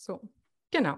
So, genau.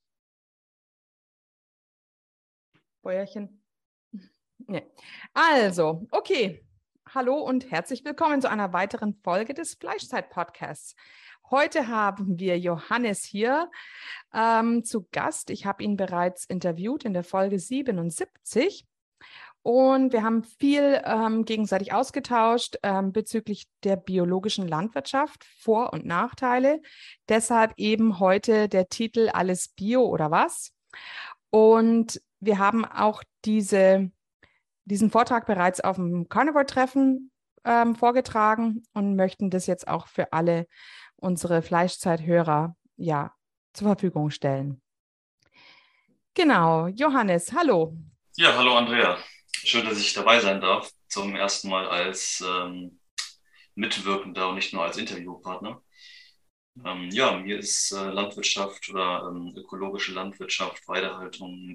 Bäuerchen. Nee. Also, okay. Hallo und herzlich willkommen zu einer weiteren Folge des Fleischzeit-Podcasts. Heute haben wir Johannes hier zu Gast. Ich habe ihn bereits interviewt in der Folge 77. Und wir haben viel gegenseitig ausgetauscht bezüglich der biologischen Landwirtschaft, Vor- und Nachteile. Deshalb eben heute der Titel Alles Bio oder was? Und wir haben auch diesen Vortrag bereits auf dem Carnivore-Treffen vorgetragen und möchten das jetzt auch für alle unsere Fleischzeithörer zur Verfügung stellen. Genau, Johannes, hallo. Ja, hallo Andrea. Schön, dass ich dabei sein darf, zum ersten Mal als Mitwirkender und nicht nur als Interviewpartner. Ja, mir ist Landwirtschaft oder ökologische Landwirtschaft, Weidehaltung ein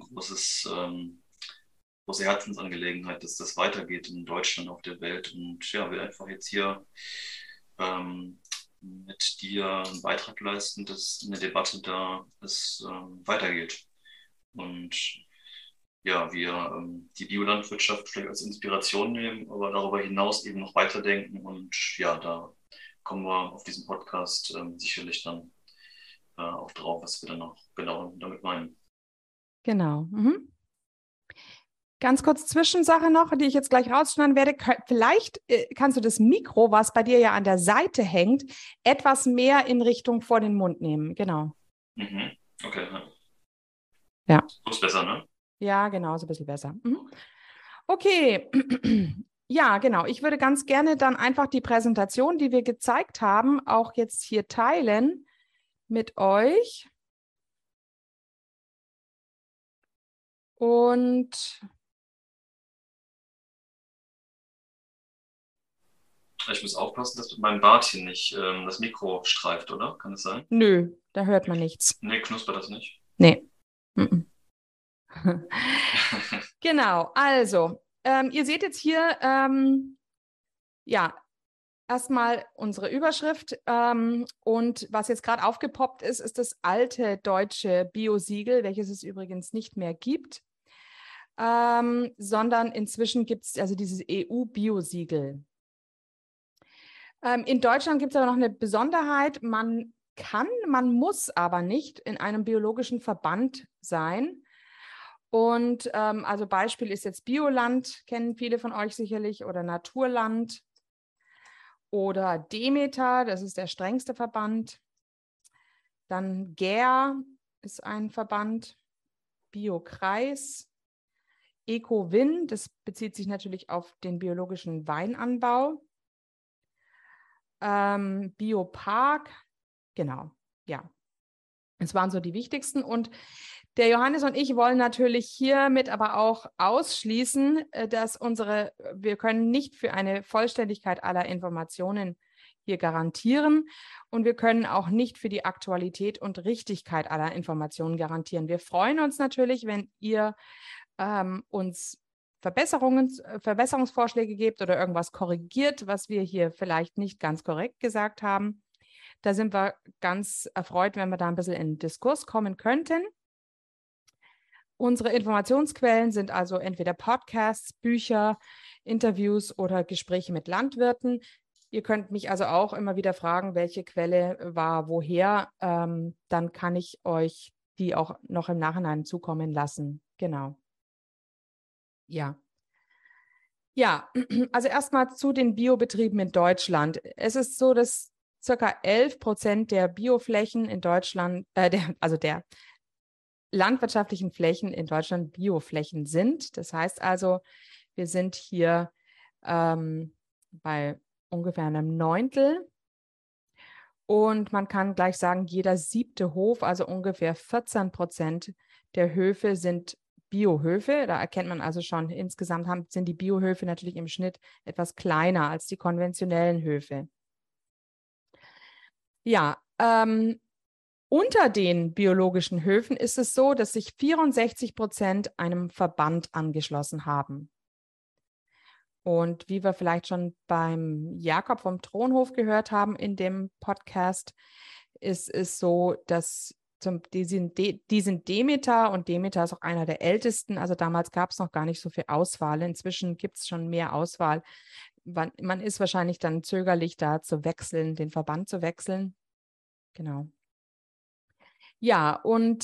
große Herzensangelegenheit, dass das weitergeht in Deutschland, auf der Welt. Und ja, will einfach jetzt hier ähm, mit dir einen Beitrag leisten, dass in der Debatte da es weitergeht. Und ja, wir die Biolandwirtschaft vielleicht als Inspiration nehmen, aber darüber hinaus eben noch weiterdenken. Und ja, da kommen wir auf diesem Podcast sicherlich dann auch drauf, was wir dann noch genau damit meinen. Genau. Mhm. Ganz kurz Zwischensache noch, die ich jetzt gleich rausschneiden werde. Vielleicht kannst du das Mikro, was bei dir ja an der Seite hängt, etwas mehr in Richtung vor den Mund nehmen. Genau. Mhm. Okay, ja. Ja. So ist besser, ne? Ja, genau, so ein bisschen besser. Mhm. Okay. Ja, genau. Ich würde ganz gerne dann einfach die Präsentation, die wir gezeigt haben, auch jetzt hier teilen mit euch. Und Ich muss aufpassen, dass mit meinem Bart hier nicht das Mikro streift, oder? Kann das sein? nö, da hört man nichts. Nee, knuspert das nicht. Nee. Mhm. Genau, also, ihr seht jetzt hier, ja, erstmal unsere Überschrift und was jetzt gerade aufgepoppt ist, ist das alte deutsche Bio-Siegel, welches es übrigens nicht mehr gibt, sondern inzwischen gibt es also dieses EU-Bio-Siegel. In Deutschland gibt es aber noch eine Besonderheit, man muss aber nicht in einem biologischen Verband sein. Und also Beispiel ist jetzt Bioland, kennen viele von euch sicherlich, oder Naturland oder Demeter, das ist der strengste Verband. Dann GER ist ein Verband, Biokreis, EcoWin, das bezieht sich natürlich auf den biologischen Weinanbau. Biopark, genau, ja. Das waren so die wichtigsten. Und der Johannes und ich wollen natürlich hiermit aber auch ausschließen, dass wir können nicht für eine Vollständigkeit aller Informationen hier garantieren und wir können auch nicht für die Aktualität und Richtigkeit aller Informationen garantieren. Wir freuen uns natürlich, wenn ihr uns Verbesserungsvorschläge gebt oder irgendwas korrigiert, was wir hier vielleicht nicht ganz korrekt gesagt haben. Da sind wir ganz erfreut, wenn wir da ein bisschen in den Diskurs kommen könnten. Unsere Informationsquellen sind also entweder Podcasts, Bücher, Interviews oder Gespräche mit Landwirten. Ihr könnt mich also auch immer wieder fragen, welche Quelle war woher. Dann kann ich euch die auch noch im Nachhinein zukommen lassen. Genau. Ja. Ja, also erstmal zu den Biobetrieben in Deutschland. Es ist so, dass ca. 11% der Bioflächen in Deutschland, der landwirtschaftlichen Flächen in Deutschland Bioflächen sind. Das heißt also, wir sind hier bei ungefähr einem Neuntel. Und man kann gleich sagen, jeder 7. Hof, also ungefähr 14% der Höfe sind Biohöfe. Da erkennt man also schon, insgesamt sind die Biohöfe natürlich im Schnitt etwas kleiner als die konventionellen Höfe. Ja, unter den biologischen Höfen ist es so, dass sich 64% einem Verband angeschlossen haben. Und wie wir vielleicht schon beim Jakob vom Thronhof gehört haben in dem Podcast, ist es so, dass die sind Demeter, und Demeter ist auch einer der ältesten. Also damals gab es noch gar nicht so viel Auswahl. Inzwischen gibt es schon mehr Auswahl. Man ist wahrscheinlich dann zögerlich, da zu wechseln, den Verband zu wechseln. Genau. Ja, und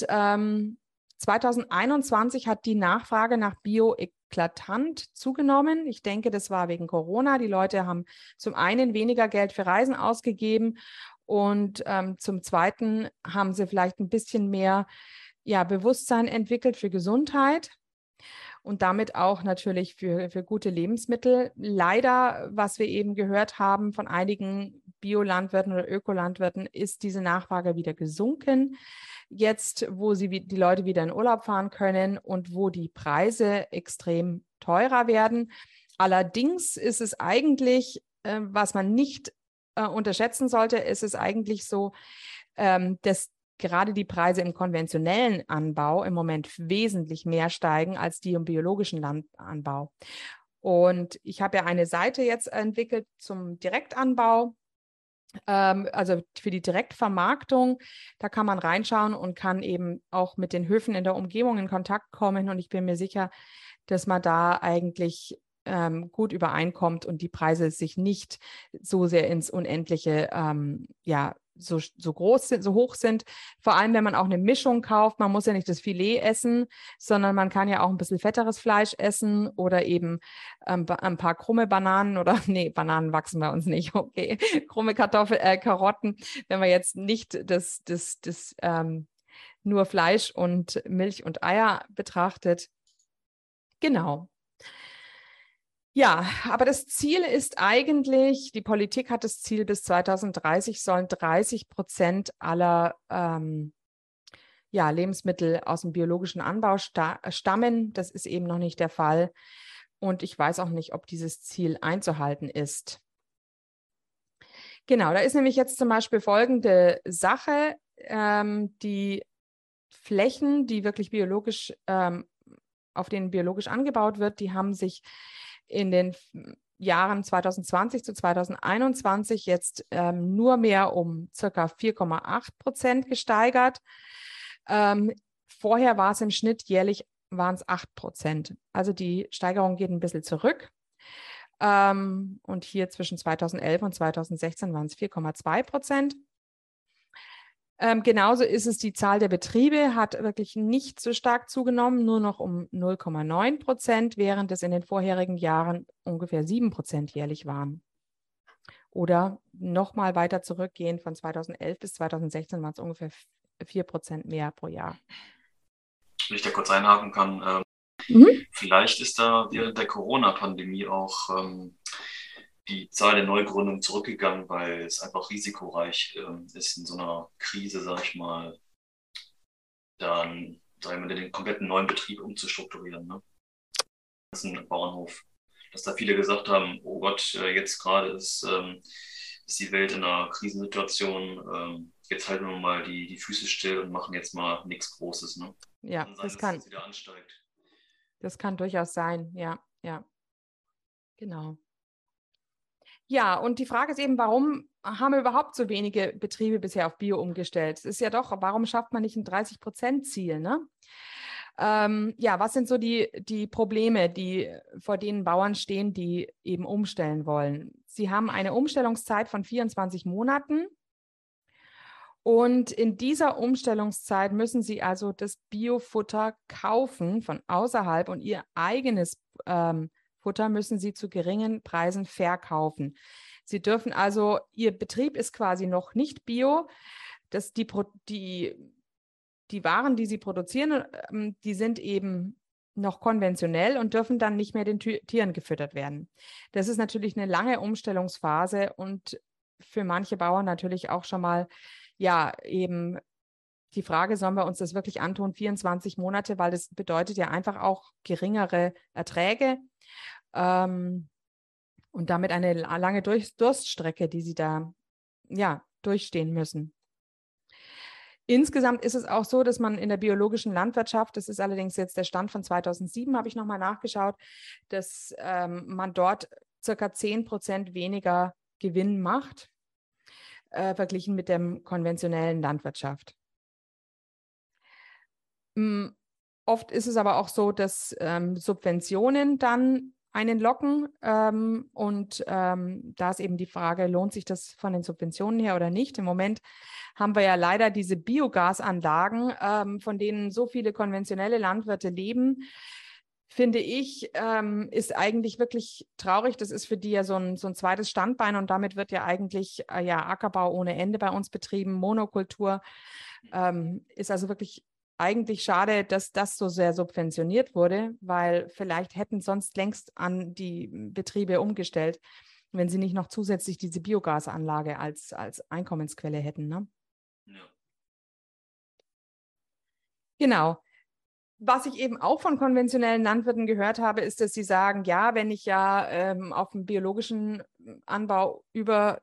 2021 hat die Nachfrage nach Bio eklatant zugenommen. Ich denke, das war wegen Corona. Die Leute haben zum einen weniger Geld für Reisen ausgegeben, und zum Zweiten haben sie vielleicht ein bisschen mehr Bewusstsein entwickelt für Gesundheit und damit auch natürlich für gute Lebensmittel. Leider, was wir eben gehört haben von einigen Biolandwirten oder Ökolandwirten, ist diese Nachfrage wieder gesunken. Jetzt, wo die Leute wieder in Urlaub fahren können und wo die Preise extrem teurer werden. Allerdings ist es eigentlich, was man nicht unterschätzen sollte, ist es eigentlich so, dass gerade die Preise im konventionellen Anbau im Moment wesentlich mehr steigen als die im biologischen Landanbau. Und ich habe ja eine Seite jetzt entwickelt zum Direktanbau, also für die Direktvermarktung. Da kann man reinschauen und kann eben auch mit den Höfen in der Umgebung in Kontakt kommen. Und ich bin mir sicher, dass man da eigentlich gut übereinkommt und die Preise sich nicht so sehr ins Unendliche so groß sind, so hoch sind. Vor allem, wenn man auch eine Mischung kauft. Man muss ja nicht das Filet essen, sondern man kann ja auch ein bisschen fetteres Fleisch essen oder eben ein paar krumme Bananen oder, nee, Bananen wachsen bei uns nicht, okay, krumme Karotten, wenn man jetzt nicht das nur Fleisch und Milch und Eier betrachtet. Genau. Ja, aber das Ziel ist eigentlich, die Politik hat das Ziel, bis 2030 sollen 30% aller Lebensmittel aus dem biologischen Anbau stammen. Das ist eben noch nicht der Fall. Und ich weiß auch nicht, ob dieses Ziel einzuhalten ist. Genau, da ist nämlich jetzt zum Beispiel folgende Sache. Die Flächen, die wirklich biologisch, auf denen biologisch angebaut wird, die haben sich in den Jahren 2020 zu 2021 jetzt nur mehr um ca. 4,8% gesteigert. Vorher war es im Schnitt jährlich waren es 8%. Also die Steigerung geht ein bisschen zurück. Und hier zwischen 2011 und 2016 waren es 4,2%. Genauso ist es, die Zahl der Betriebe hat wirklich nicht so stark zugenommen, nur noch um 0,9%, während es in den vorherigen Jahren ungefähr 7% jährlich waren. Oder nochmal weiter zurückgehen, von 2011 bis 2016 waren es ungefähr 4% mehr pro Jahr. Wenn ich da kurz einhaken kann, vielleicht ist da während der Corona-Pandemie auch die Zahl der Neugründungen zurückgegangen, weil es einfach risikoreich ist, in so einer Krise, sag ich mal, dann den kompletten neuen Betrieb umzustrukturieren. Ne? Das ist ein Bauernhof, dass da viele gesagt haben, oh Gott, jetzt gerade ist die Welt in einer Krisensituation, jetzt halten wir mal die Füße still und machen jetzt mal nichts Großes. Ne? Ja, das kann. Dass es wieder ansteigt. Das kann durchaus sein, ja, genau. Ja, und die Frage ist eben, warum haben wir überhaupt so wenige Betriebe bisher auf Bio umgestellt? Es ist ja doch, warum schafft man nicht ein 30%-Ziel, ne? Was sind so die Probleme, vor denen Bauern stehen, die eben umstellen wollen? Sie haben eine Umstellungszeit von 24 Monaten. Und in dieser Umstellungszeit müssen Sie also das Biofutter kaufen von außerhalb, und Ihr eigenes Futter müssen Sie zu geringen Preisen verkaufen. Sie dürfen also, Ihr Betrieb ist quasi noch nicht bio. Die Waren, die Sie produzieren, die sind eben noch konventionell und dürfen dann nicht mehr den Tieren gefüttert werden. Das ist natürlich eine lange Umstellungsphase und für manche Bauern natürlich auch schon mal eben die Frage, sollen wir uns das wirklich antun, 24 Monate, weil das bedeutet ja einfach auch geringere Erträge und damit eine lange Durststrecke, die sie da durchstehen müssen. Insgesamt ist es auch so, dass man in der biologischen Landwirtschaft, das ist allerdings jetzt der Stand von 2007, habe ich nochmal nachgeschaut, dass man dort circa 10% weniger Gewinn macht, verglichen mit der konventionellen Landwirtschaft. Oft ist es aber auch so, dass Subventionen dann einen locken und da ist eben die Frage, lohnt sich das von den Subventionen her oder nicht? Im Moment haben wir ja leider diese Biogasanlagen, von denen so viele konventionelle Landwirte leben. Finde ich, ist eigentlich wirklich traurig. Das ist für die ja so ein zweites Standbein und damit wird ja eigentlich Ackerbau ohne Ende bei uns betrieben, Monokultur. Ist also wirklich eigentlich schade, dass das so sehr subventioniert wurde, weil vielleicht hätten sonst längst an die Betriebe umgestellt, wenn sie nicht noch zusätzlich diese Biogasanlage als Einkommensquelle hätten. Ne? Ja. Genau. Was ich eben auch von konventionellen Landwirten gehört habe, ist, dass sie sagen, ja, wenn ich ja auf den biologischen Anbau übergehe,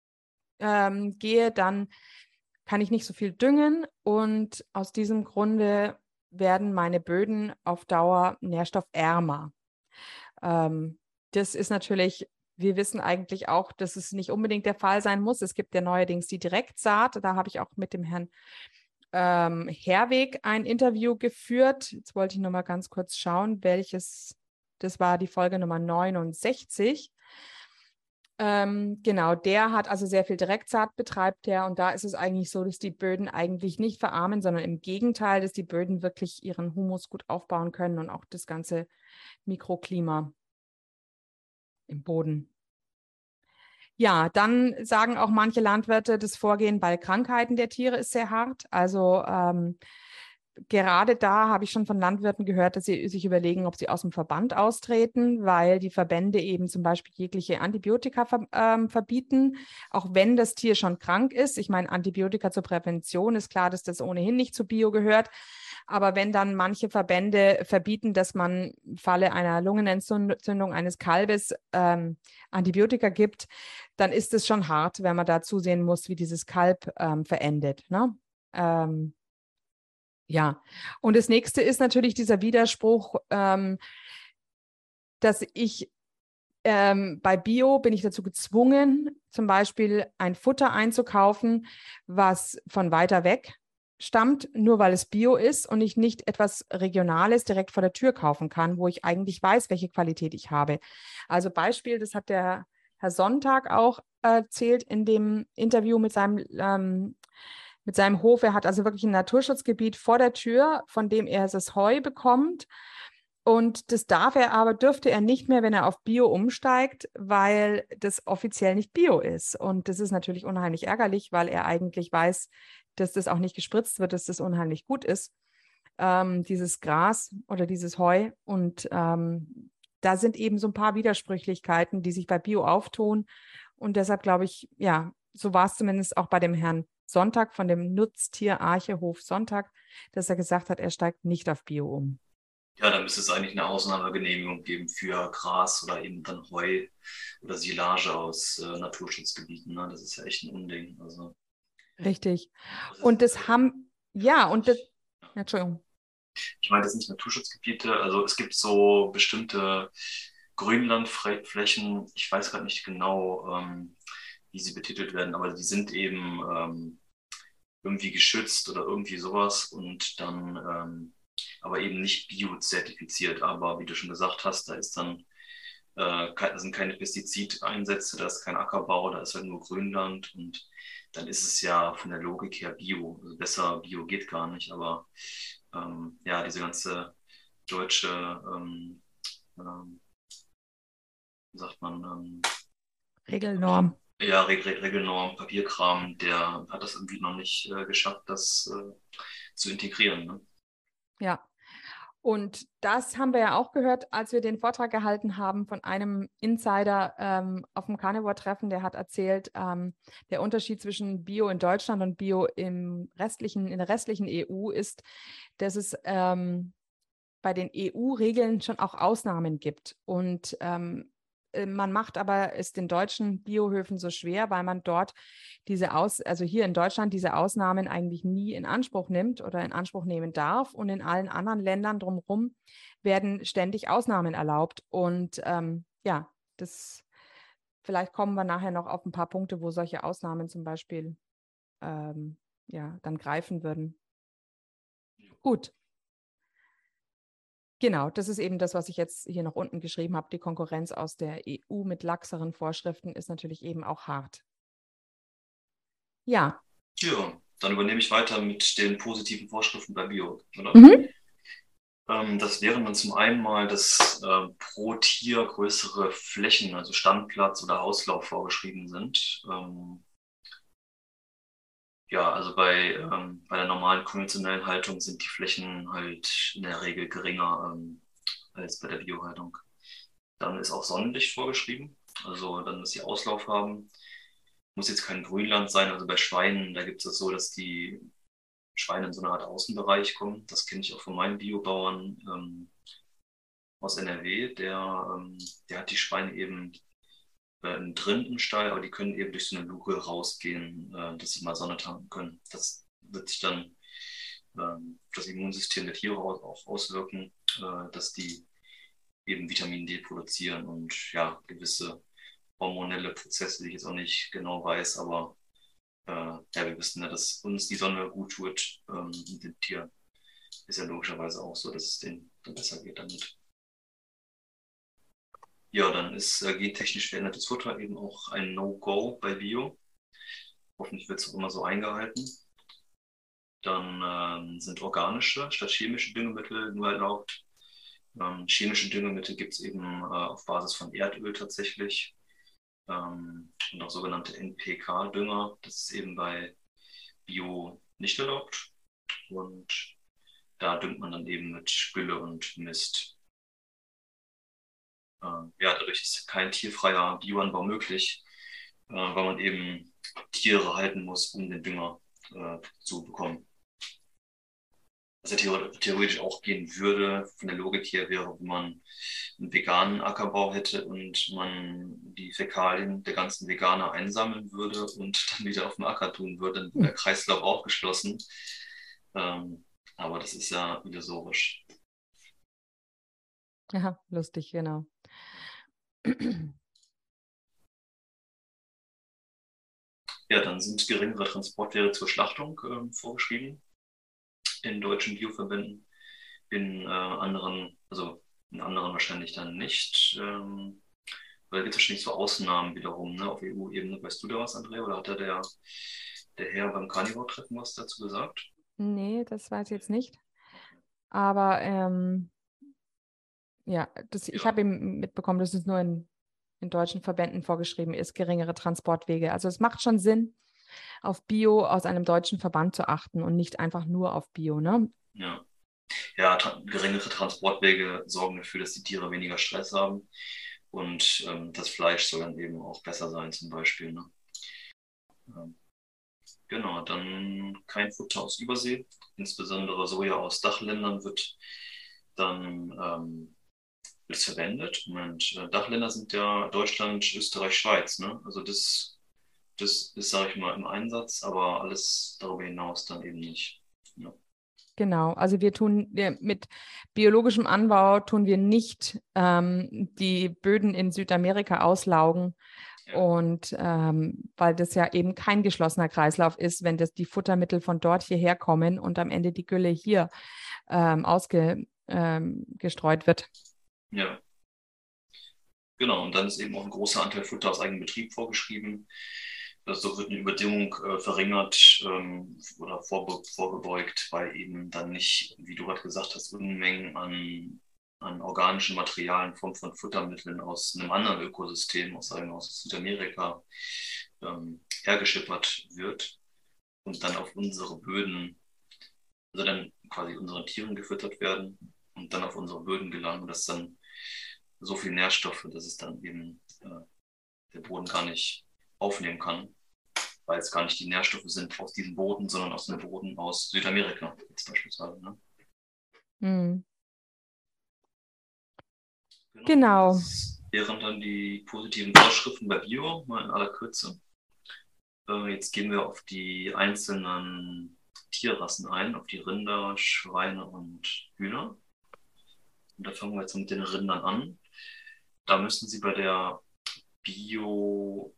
dann kann ich nicht so viel düngen und aus diesem Grunde werden meine Böden auf Dauer nährstoffärmer. Das ist natürlich, wir wissen eigentlich auch, dass es nicht unbedingt der Fall sein muss. Es gibt ja neuerdings die Direktsaat. Da habe ich auch mit dem Herrn Herweg ein Interview geführt. Jetzt wollte ich noch mal ganz kurz schauen, welches, das war die Folge Nummer 69. Genau, der hat also sehr viel Direktsaat betreibt der und da ist es eigentlich so, dass die Böden eigentlich nicht verarmen, sondern im Gegenteil, dass die Böden wirklich ihren Humus gut aufbauen können und auch das ganze Mikroklima im Boden. Ja, dann sagen auch manche Landwirte, das Vorgehen bei Krankheiten der Tiere ist sehr hart. Also gerade da habe ich schon von Landwirten gehört, dass sie sich überlegen, ob sie aus dem Verband austreten, weil die Verbände eben zum Beispiel jegliche Antibiotika verbieten, auch wenn das Tier schon krank ist. Ich meine, Antibiotika zur Prävention ist klar, dass das ohnehin nicht zu Bio gehört. Aber wenn dann manche Verbände verbieten, dass man im Falle einer Lungenentzündung eines Kalbes Antibiotika gibt, dann ist es schon hart, wenn man da zusehen muss, wie dieses Kalb verendet. Ne? Ja, und das nächste ist natürlich dieser Widerspruch, dass ich bei Bio bin ich dazu gezwungen, zum Beispiel ein Futter einzukaufen, was von weiter weg stammt, nur weil es Bio ist und ich nicht etwas Regionales direkt vor der Tür kaufen kann, wo ich eigentlich weiß, welche Qualität ich habe. Also Beispiel, das hat der Herr Sonntag auch erzählt in dem Interview mit seinem Hof. Er hat also wirklich ein Naturschutzgebiet vor der Tür, von dem er das Heu bekommt. Und das dürfte er nicht mehr, wenn er auf Bio umsteigt, weil das offiziell nicht Bio ist. Und das ist natürlich unheimlich ärgerlich, weil er eigentlich weiß, dass das auch nicht gespritzt wird, dass das unheimlich gut ist, dieses Gras oder dieses Heu. Und da sind eben so ein paar Widersprüchlichkeiten, die sich bei Bio auftun. Und deshalb glaube ich, ja, so war es zumindest auch bei dem Herrn Sonntag von dem Nutztier Arche Hof Sonntag, dass er gesagt hat, er steigt nicht auf Bio um. Ja, da müsste es eigentlich eine Ausnahmegenehmigung geben für Gras oder eben dann Heu oder Silage aus Naturschutzgebieten. Ne? Das ist ja echt ein Unding. Also, Richtig. das ist, Und das haben, ja, und das, Entschuldigung. ich meine, das sind nicht Naturschutzgebiete. Also es gibt so bestimmte Grünlandflächen. Ich weiß gerade nicht genau, wie sie betitelt werden, aber die sind eben irgendwie geschützt oder irgendwie sowas und dann aber eben nicht biozertifiziert. Aber wie du schon gesagt hast, da ist dann sind keine Pestizideinsätze, da ist kein Ackerbau, da ist halt nur Grünland und dann ist es ja von der Logik her Bio. Also besser Bio geht gar nicht, aber ja, diese ganze deutsche, wie sagt man, Regelnorm. ja, Regelnorm, Papierkram, der hat das irgendwie noch nicht geschafft, das zu integrieren. Ne? Ja. Und das haben wir ja auch gehört, als wir den Vortrag gehalten haben von einem Insider auf dem Carnivore-Treffen, der hat erzählt, der Unterschied zwischen Bio in Deutschland und Bio in der restlichen EU ist, dass es bei den EU-Regeln schon auch Ausnahmen gibt. Und man macht aber es den deutschen Biohöfen so schwer, weil man dort also hier in Deutschland diese Ausnahmen eigentlich nie in Anspruch nimmt oder in Anspruch nehmen darf. Und in allen anderen Ländern drumherum werden ständig Ausnahmen erlaubt. Und ja, vielleicht kommen wir nachher noch auf ein paar Punkte, wo solche Ausnahmen zum Beispiel ja, dann greifen würden. Gut. Genau, das ist eben das, was ich jetzt hier noch unten geschrieben habe. Die Konkurrenz aus der EU mit laxeren Vorschriften ist natürlich eben auch hart. Ja. Ja, dann übernehme ich weiter mit den positiven Vorschriften bei Bio, oder? Mhm. Das wären dann zum einen mal, dass pro Tier größere Flächen, also Standplatz oder Auslauf vorgeschrieben sind. Ja, also bei der normalen konventionellen Haltung sind die Flächen halt in der Regel geringer als bei der Biohaltung. Dann ist auch Sonnenlicht vorgeschrieben, also dann, dass sie Auslauf haben. Muss jetzt kein Grünland sein, also bei Schweinen, da gibt es so, dass die Schweine in so eine Art Außenbereich kommen. Das kenne ich auch von meinen Biobauern aus NRW. Der hat die Schweine eben drin im Stall, aber die können eben durch so eine Luke rausgehen, dass sie mal Sonne tanken können. Das wird sich dann das Immunsystem der Tiere auch auswirken, dass die eben Vitamin D produzieren und ja, gewisse hormonelle Prozesse, die ich jetzt auch nicht genau weiß, aber ja, wir wissen ja, dass uns die Sonne gut tut und dem Tier ist ja logischerweise auch so, dass es denen dann besser geht damit. Ja, dann ist gentechnisch verändertes Futter eben auch ein No-Go bei Bio. Hoffentlich wird es auch immer so eingehalten. Dann sind organische statt chemische Düngemittel nur erlaubt. Chemische Düngemittel gibt es eben auf Basis von Erdöl tatsächlich. Und auch sogenannte NPK-Dünger. Das ist eben bei Bio nicht erlaubt. Und da düngt man dann eben mit Gülle und Mist. Ja, dadurch ist kein tierfreier Bioanbau möglich, weil man eben Tiere halten muss, um den Dünger zu bekommen. Was ja theoretisch auch gehen würde, von der Logik her wäre, wenn man einen veganen Ackerbau hätte und man die Fäkalien der ganzen Veganer einsammeln würde und dann wieder auf den Acker tun würde, dann wäre der Kreislauf auch geschlossen. Aber das ist ja illusorisch. Ja, lustig, genau. Ja, dann sind geringere Transportwege zur Schlachtung vorgeschrieben in deutschen Bioverbänden. In anderen wahrscheinlich dann nicht. Weil da gibt es wahrscheinlich so Ausnahmen wiederum, ne, auf EU-Ebene. Weißt du da was, Andrea? Oder hat da der Herr beim Carnivore-Treffen was dazu gesagt? Nee, das weiß ich jetzt nicht. Aber ja, ich Ja, habe eben mitbekommen, dass es nur in deutschen Verbänden vorgeschrieben ist, geringere Transportwege. Also es macht schon Sinn, auf Bio aus einem deutschen Verband zu achten und nicht einfach nur auf Bio, ne? ja. Ja, geringere Transportwege sorgen dafür, dass die Tiere weniger Stress haben. Und das Fleisch soll dann eben auch besser sein, zum Beispiel. Ne? Ähm, genau, dann kein Futter aus Übersee. Insbesondere Soja aus Dachländern dann wird es verwendet. Und Dachländer sind ja Deutschland, Österreich, Schweiz. Ne? Also das ist, sage ich mal, im Einsatz, aber alles darüber hinaus dann eben nicht. Ja. Genau, also mit biologischem Anbau tun wir nicht die Böden in Südamerika auslaugen. Ja. Und weil das ja eben kein geschlossener Kreislauf ist, wenn die Futtermittel von dort hierher kommen und am Ende die Gülle hier ausgestreut wird. Ja, genau. Und dann ist eben auch ein großer Anteil Futter aus eigenem Betrieb vorgeschrieben. So wird eine Überdüngung verringert oder vorgebeugt, weil eben dann nicht, wie du gerade gesagt hast, Unmengen an organischen Materialien in Form von Futtermitteln aus einem anderen Ökosystem, aus Südamerika, hergeschippert wird und dann auf unsere Böden, also dann quasi unseren Tieren gefüttert werden und dann auf unsere Böden gelangen. Das ist dann so viel Nährstoffe, dass es dann eben der Boden gar nicht aufnehmen kann, weil es gar nicht die Nährstoffe sind aus diesem Boden, sondern aus dem Boden aus Südamerika jetzt beispielsweise. Ne? Mhm. Genau, Genau. das wären dann die positiven Vorschriften bei Bio, mal in aller Kürze. Jetzt gehen wir auf die einzelnen Tierrassen ein, auf die Rinder, Schweine und Hühner. Und da fangen wir jetzt mit den Rindern an. Da müssen Sie Bio,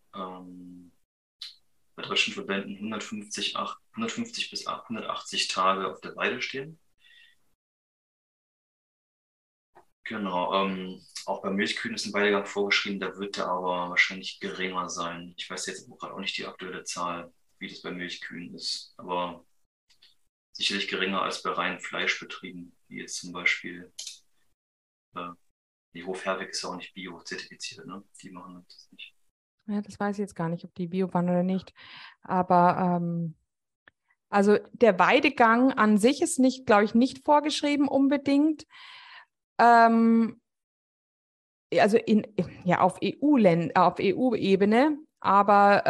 bei deutschen Verbänden 150 bis 880 Tage auf der Weide stehen. Genau. Auch bei Milchkühen ist ein Weidegang vorgeschrieben, da wird der aber wahrscheinlich geringer sein. Ich weiß jetzt gerade auch nicht die aktuelle Zahl, wie das bei Milchkühen ist, aber sicherlich geringer als bei reinen Fleischbetrieben, wie jetzt zum Beispiel, äh, die Hof Herwig ist ja auch nicht bio-zertifiziert, ne? Die machen das nicht. Ja, das weiß ich jetzt gar nicht, ob die Bio waren oder nicht. Aber also der Weidegang an sich ist nicht, glaube ich, nicht vorgeschrieben unbedingt. Ähm, also ja, auf EU-Ebene, aber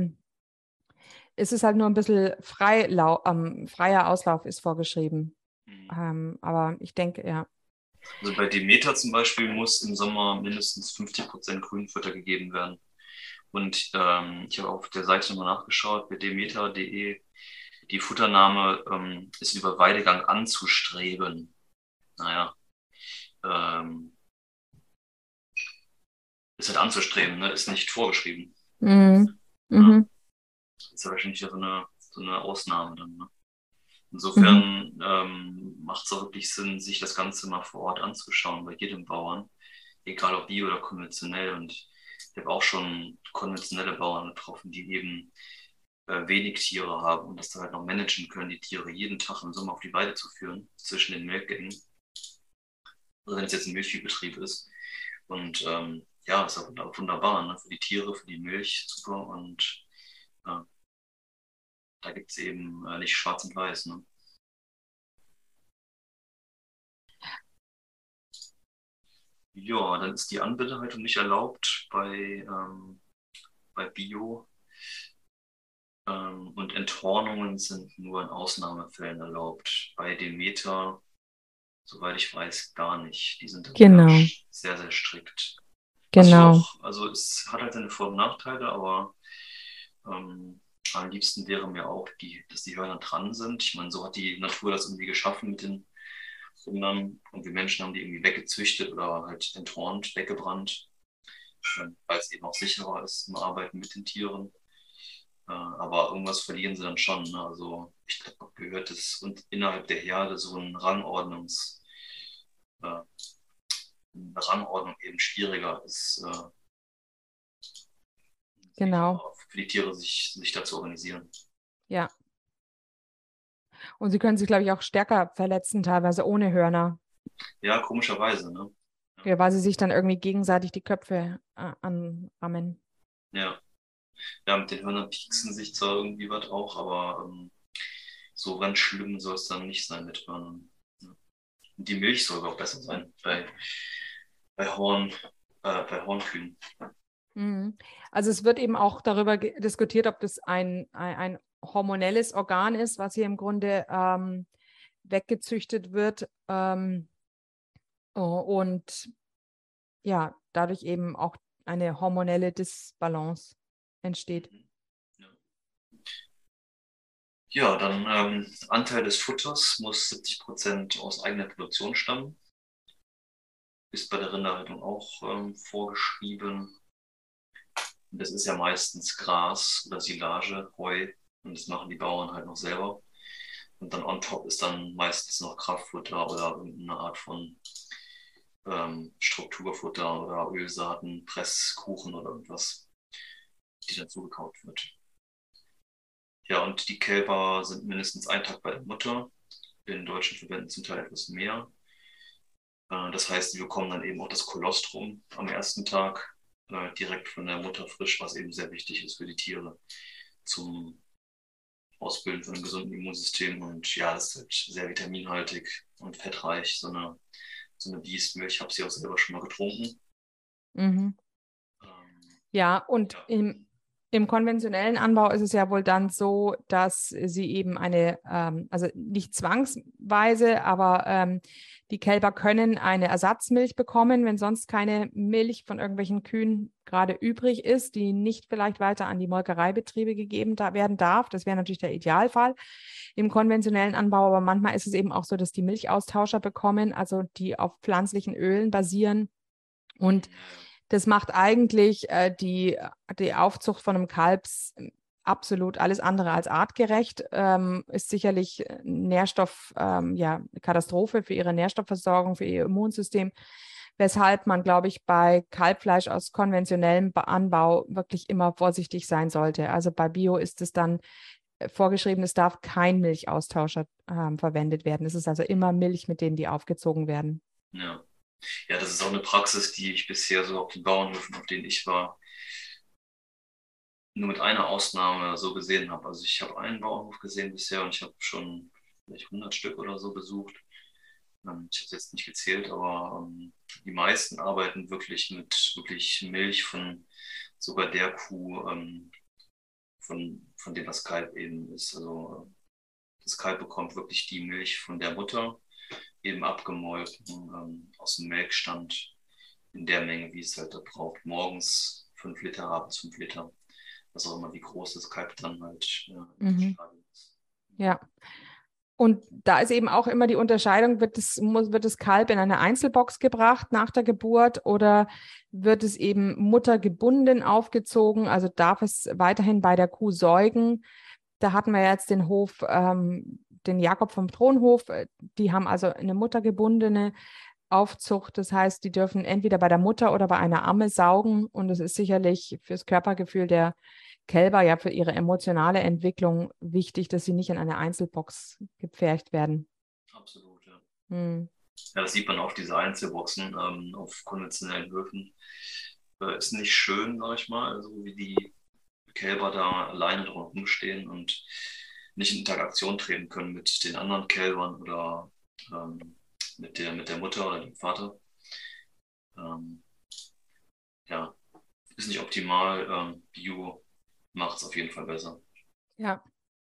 es ist halt nur ein bisschen freier Auslauf ist vorgeschrieben. Mhm. Aber ich denke, ja. Also bei Demeter zum Beispiel muss im Sommer mindestens 50% Grünfutter gegeben werden. Und ich habe auf der Seite nochmal nachgeschaut, bei demeter.de, die Futtername ist über Weidegang anzustreben. Naja, ähm, ist halt anzustreben, ne? Ist nicht vorgeschrieben. Mhm. Ja, Mhm. ist ja wahrscheinlich so eine Ausnahme dann. Ne? Mhm. Insofern macht es auch wirklich Sinn, sich das Ganze mal vor Ort anzuschauen, bei jedem Bauern, egal ob bio oder konventionell. Und ich habe auch schon konventionelle Bauern getroffen, die eben wenig Tiere haben und das dann halt noch managen können, die Tiere jeden Tag im Sommer auf die Weide zu führen, zwischen den Melkgängen. Also wenn es jetzt ein Milchviehbetrieb ist. Und ja, ist auch wunderbar, ne? Für die Tiere, für die Milch, super. Und äh, da gibt es eben nicht schwarz und weiß. Ne? Ja, dann ist die Anbindehaltung nicht erlaubt bei Bio. Und Enthornungen sind nur in Ausnahmefällen erlaubt. Bei Demeter, soweit ich weiß, gar nicht. Die sind da sehr, Genau, sehr, sehr strikt. Was ich genau. auch, also es hat halt seine Vor- und Nachteile, aber ähm, am liebsten wäre mir auch, dass die Hörner dran sind. Ich meine, so hat die Natur das irgendwie geschaffen mit den Rindern und wir Menschen haben die irgendwie weggezüchtet oder halt enthornt, weggebrannt, weil es eben auch sicherer ist im Arbeiten mit den Tieren. Aber irgendwas verlieren sie dann schon. Ne? Also ich habe gehört, dass und innerhalb der Herde so eine Rangordnung eben schwieriger ist, Genau, für die Tiere sich da zu organisieren. ja. Und sie können sich, glaube ich, auch stärker verletzen, teilweise ohne Hörner, Ja, komischerweise, ne? ja, weil sie sich dann irgendwie gegenseitig die Köpfe anrammen. Ja. Ja, mit den Hörnern pieksen sich zwar irgendwie was auch, aber so ganz schlimm soll es dann nicht sein mit Hörnern. Ja. Und die Milch soll auch besser sein bei, Horn, bei Hornkühen. Mhm. Also es wird eben auch darüber diskutiert, ob das ein hormonelles Organ ist, was hier im Grunde weggezüchtet wird und ja, dadurch eben auch eine hormonelle Disbalance entsteht. Mhm. Ja. Ja, dann Anteil des Futters muss 70% aus eigener Produktion stammen. Ist bei der Rinderhaltung auch vorgeschrieben. Und das ist ja meistens Gras oder Silage, Heu. Und das machen die Bauern halt noch selber. Und dann on top ist dann meistens noch Kraftfutter oder irgendeine Art von Strukturfutter oder Ölsaaten, Presskuchen oder irgendwas, die dazu gekauft wird. Ja, und die Kälber sind mindestens einen Tag bei der Mutter. In deutschen Verbänden zum Teil etwas mehr. Das heißt, sie bekommen dann eben auch das Kolostrum am ersten Tag direkt von der Mutter frisch, was eben sehr wichtig ist für die Tiere zum Ausbilden von einem gesunden Immunsystem. Und ja, das ist halt sehr vitaminhaltig und fettreich, so eine Biestmilch. Ich habe sie auch selber schon mal getrunken. Mhm. Ja, und Ja. im konventionellen Anbau ist es ja wohl dann so, dass sie eben also nicht zwangsweise, aber die Kälber können eine Ersatzmilch bekommen, wenn sonst keine Milch von irgendwelchen Kühen gerade übrig ist, die nicht vielleicht weiter an die Molkereibetriebe gegeben werden darf. Das wäre natürlich der Idealfall im konventionellen Anbau, aber manchmal ist es eben auch so, dass die Milchaustauscher bekommen, also die auf pflanzlichen Ölen basieren. Und das macht eigentlich die Aufzucht von einem Kalb absolut alles andere als artgerecht, ist sicherlich Katastrophe für ihre Nährstoffversorgung, für ihr Immunsystem, weshalb man, glaube ich, bei Kalbfleisch aus konventionellem Anbau wirklich immer vorsichtig sein sollte. Also bei Bio ist es dann vorgeschrieben, es darf kein Milchaustauscher verwendet werden. Es ist also immer Milch, mit denen die aufgezogen werden. Ja. Ja, das ist auch eine Praxis, die ich bisher so auf den Bauernhöfen, auf denen ich war, nur mit einer Ausnahme so gesehen habe. Also ich habe einen Bauernhof gesehen bisher und ich habe schon vielleicht 100 Stück oder so besucht. Ich habe es jetzt nicht gezählt, aber die meisten arbeiten wirklich mit wirklich Milch von sogar der Kuh, von dem das Kalb eben ist. Also das Kalb bekommt wirklich die Milch von der Mutter, eben abgemolken, aus dem Melkstand in der Menge, wie es halt da braucht. Morgens 5 Liter, abends 5 Liter. Was auch immer, wie groß das Kalb dann halt im Stadion ist. Ja. Und da ist eben auch immer die Unterscheidung, wird das Kalb in eine Einzelbox gebracht nach der Geburt oder wird es eben muttergebunden aufgezogen? Also darf es weiterhin bei der Kuh säugen? Da hatten wir jetzt den Hof, den Jakob vom Thronhof, die haben also eine muttergebundene Aufzucht. Das heißt, die dürfen entweder bei der Mutter oder bei einer Amme saugen. Und es ist sicherlich fürs Körpergefühl der Kälber, ja für ihre emotionale Entwicklung wichtig, dass sie nicht in eine Einzelbox gepfercht werden. Absolut, ja. Hm. Ja, das sieht man auf diese Einzelboxen auf konventionellen Höfen. Ist nicht schön, sag ich mal, so wie die Kälber da alleine drum rumstehen und nicht in Interaktion treten können mit den anderen Kälbern oder mit der Mutter oder dem Vater. Ähm, ja, ist nicht optimal. Bio macht es auf jeden Fall besser. Ja,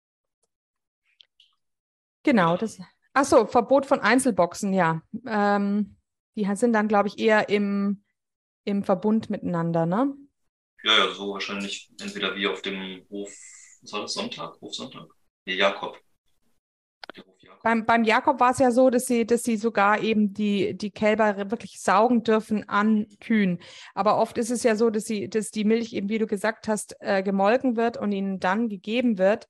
genau. Achso, Verbot von Einzelboxen, ja. Die sind dann, glaube ich, eher im Verbund miteinander, ne? Ja, ja, so wahrscheinlich entweder wie auf dem Hof, was war das, Sonntag? Hofsonntag? Nee, Jakob. Der Hof Jakob. Beim Jakob war es ja so, dass sie sogar eben die Kälber wirklich saugen dürfen an Kühen. Aber oft ist es ja so, dass die Milch eben, wie du gesagt hast, gemolken wird und ihnen dann gegeben wird.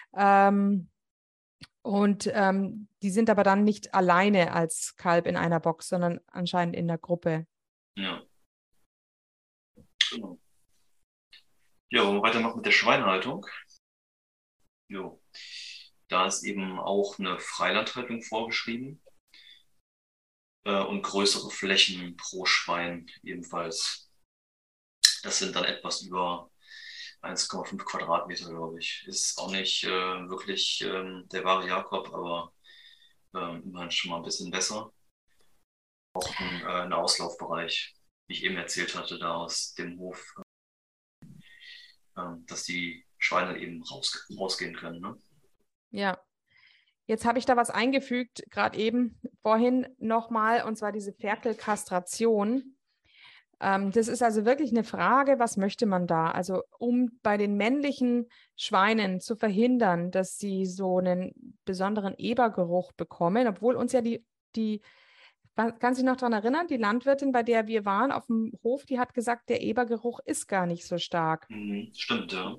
Die sind aber dann nicht alleine als Kalb in einer Box, sondern anscheinend in der Gruppe. Ja, genau. Ja, wollen wir weitermachen mit der Schweinehaltung? Jo. Da ist eben auch eine Freilandhaltung vorgeschrieben und größere Flächen pro Schwein ebenfalls. Das sind dann etwas über 1,5 Quadratmeter, glaube ich. Ist auch nicht wirklich der wahre Jakob, aber immerhin schon mal ein bisschen besser. Auch ein Auslaufbereich, wie ich eben erzählt hatte, da aus dem Hof, dass die Schweine eben rausgehen können. Ne? Ja, jetzt habe ich da was eingefügt, gerade eben vorhin nochmal, und zwar diese Ferkelkastration. Das ist also wirklich eine Frage, was möchte man da? Also um bei den männlichen Schweinen zu verhindern, dass sie so einen besonderen Ebergeruch bekommen, obwohl uns ja kannst du dich noch daran erinnern, die Landwirtin, bei der wir waren auf dem Hof, die hat gesagt, der Ebergeruch ist gar nicht so stark. Stimmt, ja.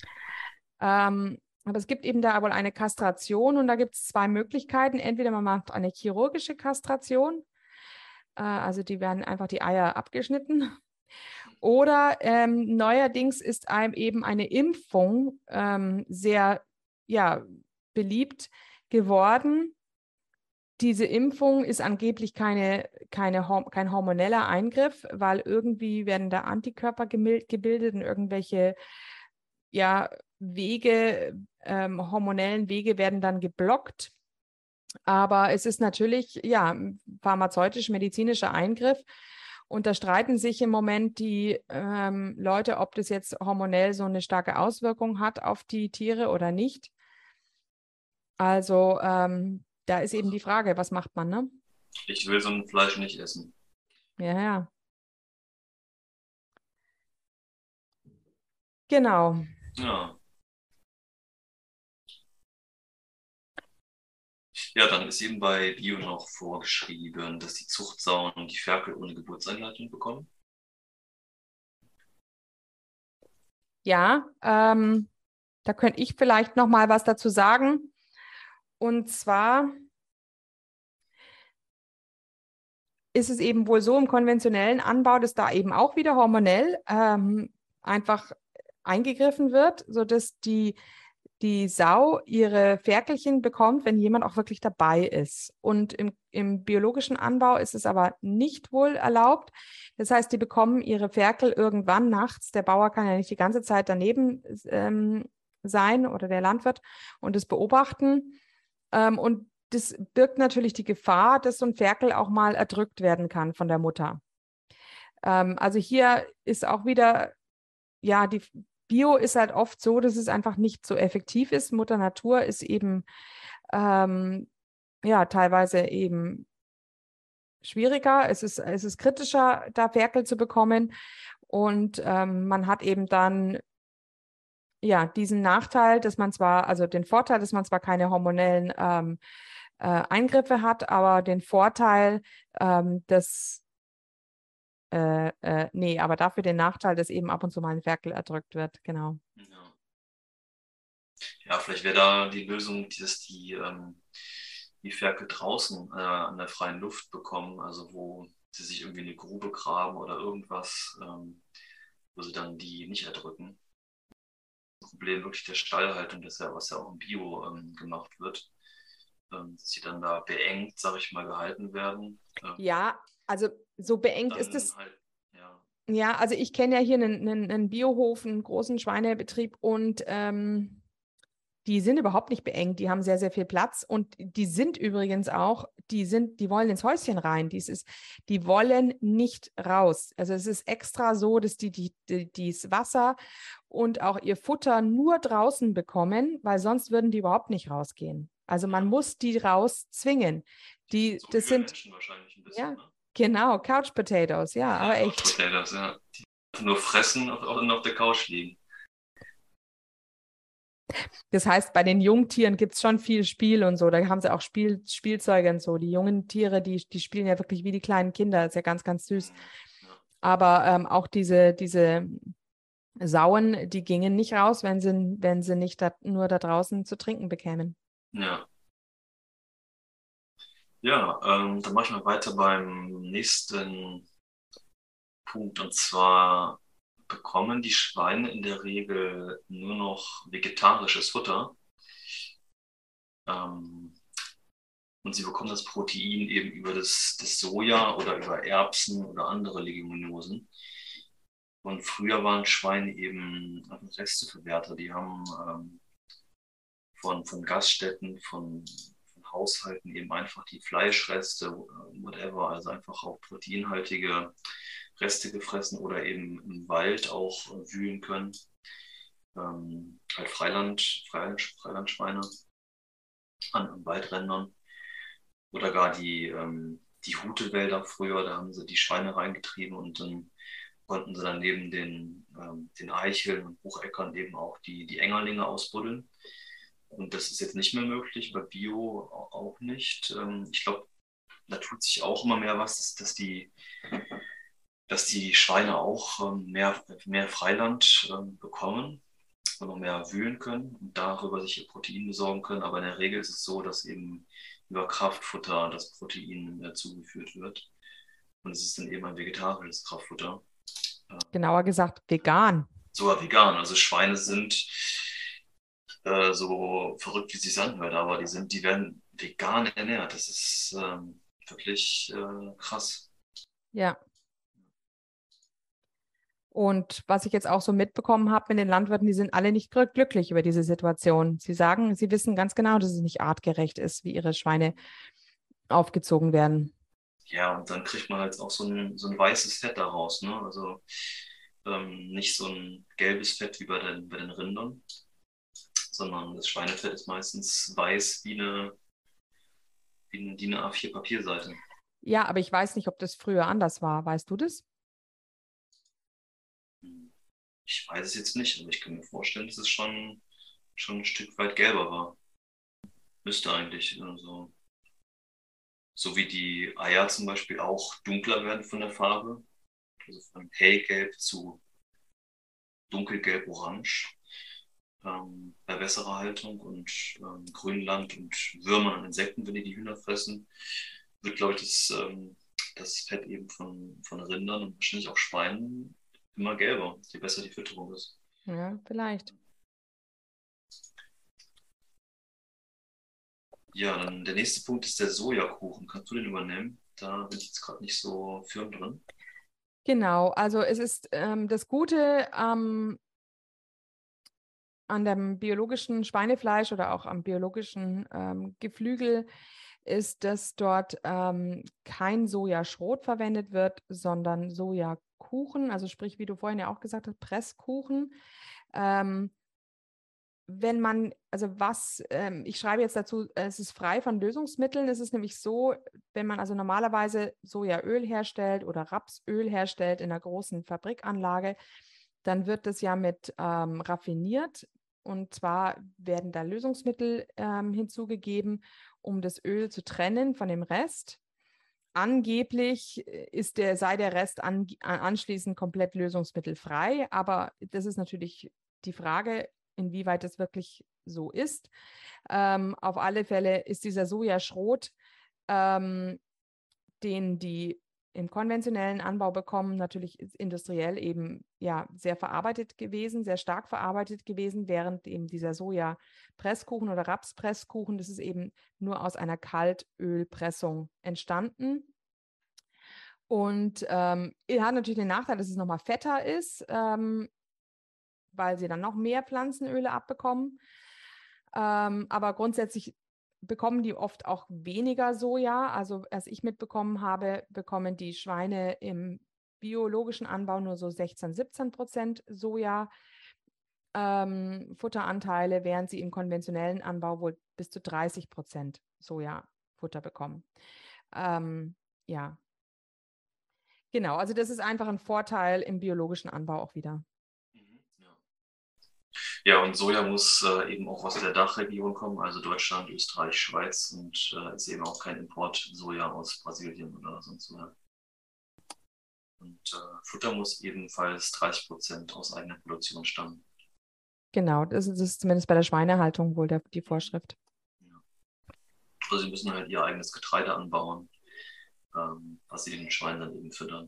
Aber es gibt eben da wohl eine Kastration und da gibt es zwei Möglichkeiten. Entweder man macht eine chirurgische Kastration, also die werden einfach die Eier abgeschnitten. Oder neuerdings ist einem eben eine Impfung sehr beliebt geworden. Diese Impfung ist angeblich kein hormoneller Eingriff, weil irgendwie werden da Antikörper gebildet und irgendwelche Wege, hormonellen Wege werden dann geblockt. Aber es ist natürlich, pharmazeutisch-medizinischer Eingriff. Und da streiten sich im Moment die Leute, ob das jetzt hormonell so eine starke Auswirkung hat auf die Tiere oder nicht. Also da ist eben die Frage, was macht man, ne? Ich will so ein Fleisch nicht essen. Ja, ja. Genau. Ja. Ja, dann ist eben bei Bio noch vorgeschrieben, dass die Zuchtsauen und die Ferkel ohne Geburtseinleitung bekommen. Ja, Da könnte ich vielleicht noch mal was dazu sagen. Und zwar ist es eben wohl so im konventionellen Anbau, dass da eben auch wieder hormonell einfach eingegriffen wird, sodass die Sau ihre Ferkelchen bekommt, wenn jemand auch wirklich dabei ist. Und im biologischen Anbau ist es aber nicht wohl erlaubt. Das heißt, die bekommen ihre Ferkel irgendwann nachts. Der Bauer kann ja nicht die ganze Zeit daneben sein oder der Landwirt und es beobachten. Und das birgt natürlich die Gefahr, dass so ein Ferkel auch mal erdrückt werden kann von der Mutter. Also hier ist auch wieder, ja, die Bio ist halt oft so, dass es einfach nicht so effektiv ist. Mutter Natur ist eben, ja, teilweise eben schwieriger. Es ist kritischer, da Ferkel zu bekommen. Und man hat eben dann ja diesen Nachteil, dass man zwar, also den Vorteil, dass man zwar keine hormonellen Eingriffe hat, aber den Vorteil, dass nee, aber dafür den Nachteil, dass eben ab und zu mal ein Ferkel erdrückt wird, genau. Ja, ja, vielleicht wäre da die Lösung, dass die Ferkel draußen an der freien Luft bekommen, also wo sie sich irgendwie eine Grube graben oder irgendwas, wo sie dann die nicht erdrücken. Das Problem wirklich der Stallhaltung, was ja auch im Bio gemacht wird, dass sie dann da beengt, sage ich mal, gehalten werden. Ja, also so beengt ist es. Halt, ja. Ja, also ich kenne ja hier einen Biohof, einen großen Schweinebetrieb und die sind überhaupt nicht beengt, die haben sehr, sehr viel Platz und die sind übrigens auch, die wollen ins Häuschen rein, die wollen nicht raus. Also es ist extra so, dass das Wasser und auch ihr Futter nur draußen bekommen, weil sonst würden die überhaupt nicht rausgehen. Also man muss die rauszwingen. So das sind Menschen wahrscheinlich ein bisschen, ja, ne? Genau, Couch Potatoes, ja, aber echt. Couch Potatoes, ja. Die nur fressen und auf der Couch liegen. Das heißt, bei den Jungtieren gibt es schon viel Spiel und so. Da haben sie auch Spielzeuge und so. Die jungen Tiere, die spielen ja wirklich wie die kleinen Kinder. Das ist ja ganz, ganz süß. Ja. Aber auch diese Sauen, die gingen nicht raus, wenn sie nicht nur da draußen zu trinken bekämen. Ja. Ja, dann mache ich mal weiter beim nächsten Punkt. Und zwar bekommen die Schweine in der Regel nur noch vegetarisches Futter. Und sie bekommen das Protein eben über das Soja oder über Erbsen oder andere Leguminosen. Und früher waren Schweine eben Resteverwerter. Die haben von Gaststätten, von Haushalten eben einfach die Fleischreste, whatever, also einfach auch proteinhaltige Reste gefressen oder eben im Wald auch wühlen können. Halt Freilandschweine an Waldrändern oder gar die Hutewälder früher, da haben sie die Schweine reingetrieben und dann konnten sie dann neben den Eicheln und Bucheckern eben auch die Engerlinge ausbuddeln. Und das ist jetzt nicht mehr möglich, bei Bio auch nicht. Ich glaube, da tut sich auch immer mehr was, dass die Schweine auch mehr Freiland bekommen und noch mehr wühlen können und darüber sich ihr Protein besorgen können. Aber in der Regel ist es so, dass eben über Kraftfutter das Protein zugeführt wird. Und es ist dann eben ein vegetarisches Kraftfutter. Genauer gesagt, vegan. Sogar vegan. Also Schweine sind so verrückt, wie es sich anhört, aber die werden vegan ernährt. Das ist wirklich krass. Ja. Und was ich jetzt auch so mitbekommen habe mit den Landwirten, die sind alle nicht glücklich über diese Situation. Sie sagen, sie wissen ganz genau, dass es nicht artgerecht ist, wie ihre Schweine aufgezogen werden. Ja, und dann kriegt man halt auch so ein weißes Fett daraus, ne? Also nicht so ein gelbes Fett wie bei den Rindern, sondern das Schweinefett ist meistens weiß wie eine DIN A4 Papierseite. Ja, aber ich weiß nicht, ob das früher anders war. Weißt du das? Ich weiß es jetzt nicht, aber ich kann mir vorstellen, dass es schon ein Stück weit gelber war. Müsste eigentlich. Also, so wie die Eier zum Beispiel auch dunkler werden von der Farbe. Also von hellgelb zu dunkelgelb-orange. bei besserer Haltung und Grünland und Würmern und Insekten, wenn die Hühner fressen, wird, glaube ich, das Fett eben von Rindern und wahrscheinlich auch Schweinen immer gelber, je besser die Fütterung ist. Ja, vielleicht. Ja, dann der nächste Punkt ist der Sojakuchen. Kannst du den übernehmen? Da bin ich jetzt gerade nicht so firm drin. Genau, also es ist das Gute an dem biologischen Schweinefleisch oder auch am biologischen Geflügel ist, dass dort kein Sojaschrot verwendet wird, sondern Sojakuchen, also sprich, wie du vorhin ja auch gesagt hast, Presskuchen. Ähm, Wenn man, ich schreibe jetzt dazu, es ist frei von Lösungsmitteln. Es ist nämlich so, wenn man also normalerweise Sojaöl herstellt oder Rapsöl herstellt in einer großen Fabrikanlage, dann wird das ja mit raffiniert. Und zwar werden da Lösungsmittel hinzugegeben, um das Öl zu trennen von dem Rest. Angeblich sei der Rest anschließend komplett lösungsmittelfrei, aber das ist natürlich die Frage, inwieweit das wirklich so ist. Auf alle Fälle ist dieser Sojaschrot, ähm, den die im konventionellen Anbau bekommen, natürlich industriell eben ja sehr verarbeitet gewesen, sehr stark verarbeitet gewesen, während eben dieser Sojapresskuchen oder Rapspresskuchen, das ist eben nur aus einer Kaltölpressung entstanden. Und er hat natürlich den Nachteil, dass es nochmal fetter ist, weil sie dann noch mehr Pflanzenöle abbekommen. Aber grundsätzlich bekommen die oft auch weniger Soja. Also als ich mitbekommen habe, bekommen die Schweine im biologischen Anbau nur so 16-17% Soja. Futteranteile, während sie im konventionellen Anbau wohl bis zu 30% Sojafutter bekommen. Ja, genau. Also das ist einfach ein Vorteil im biologischen Anbau auch wieder. Ja. Ja, und Soja muss eben auch aus der Dachregion kommen, also Deutschland, Österreich, Schweiz und ist eben auch kein Import Soja aus Brasilien oder sonst wo. Und Futter muss ebenfalls 30% aus eigener Produktion stammen. Genau, das ist zumindest bei der Schweinehaltung wohl die Vorschrift. Ja. Also sie müssen halt ihr eigenes Getreide anbauen, was sie den Schweinen dann eben füttern.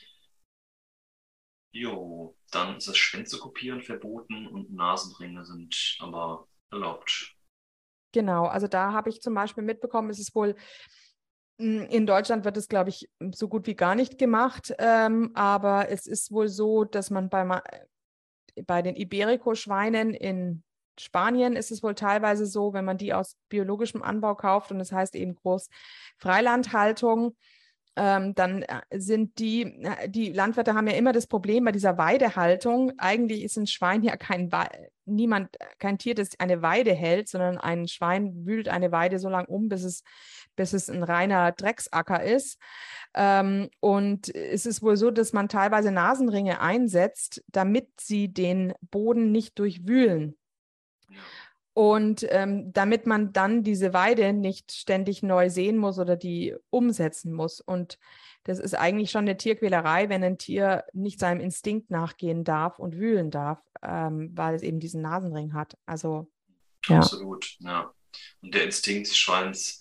Jo, dann ist das Schwänze verboten und Nasenringe sind aber erlaubt. Genau, also da habe ich zum Beispiel mitbekommen, es ist wohl, in Deutschland wird es, glaube ich, so gut wie gar nicht gemacht, aber es ist wohl so, dass man bei den Iberico-Schweinen in Spanien ist es wohl teilweise so, wenn man die aus biologischem Anbau kauft und das heißt eben Großfreilandhaltung, dann sind die Landwirte haben ja immer das Problem bei dieser Weidehaltung. Eigentlich ist ein Schwein ja kein Tier, das eine Weide hält, sondern ein Schwein wühlt eine Weide so lange um, bis es ein reiner Drecksacker ist. Und es ist wohl so, dass man teilweise Nasenringe einsetzt, damit sie den Boden nicht durchwühlen. Ja. Und damit man dann diese Weide nicht ständig neu sehen muss oder die umsetzen muss. Und das ist eigentlich schon eine Tierquälerei, wenn ein Tier nicht seinem Instinkt nachgehen darf und wühlen darf, weil es eben diesen Nasenring hat. Also, ja. Absolut, ja. Und der Instinkt des Schweins,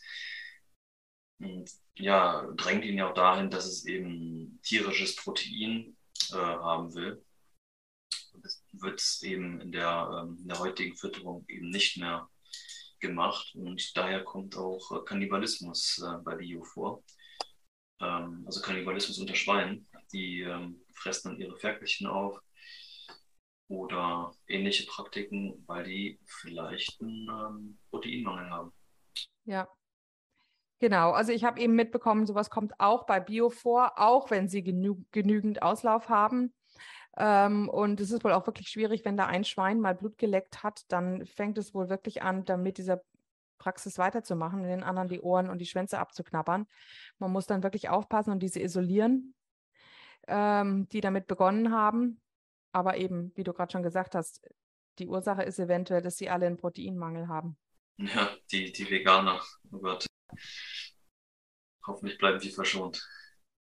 ja, drängt ihn ja auch dahin, dass es eben tierisches Protein haben will. Und das wird eben in der heutigen Fütterung eben nicht mehr gemacht. Und daher kommt auch Kannibalismus bei Bio vor. Also Kannibalismus unter Schweinen. Die fressen dann ihre Ferkelchen auf oder ähnliche Praktiken, weil die vielleicht einen Proteinmangel haben. Ja, genau. Also ich habe eben mitbekommen, sowas kommt auch bei Bio vor, auch wenn sie genügend Auslauf haben. Und es ist wohl auch wirklich schwierig, wenn da ein Schwein mal Blut geleckt hat, dann fängt es wohl wirklich an, damit dieser Praxis weiterzumachen, den anderen die Ohren und die Schwänze abzuknabbern. Man muss dann wirklich aufpassen und diese isolieren, die damit begonnen haben. Aber eben, wie du gerade schon gesagt hast, die Ursache ist eventuell, dass sie alle einen Proteinmangel haben. Ja, die Veganer, oh Gott, hoffentlich bleiben die verschont.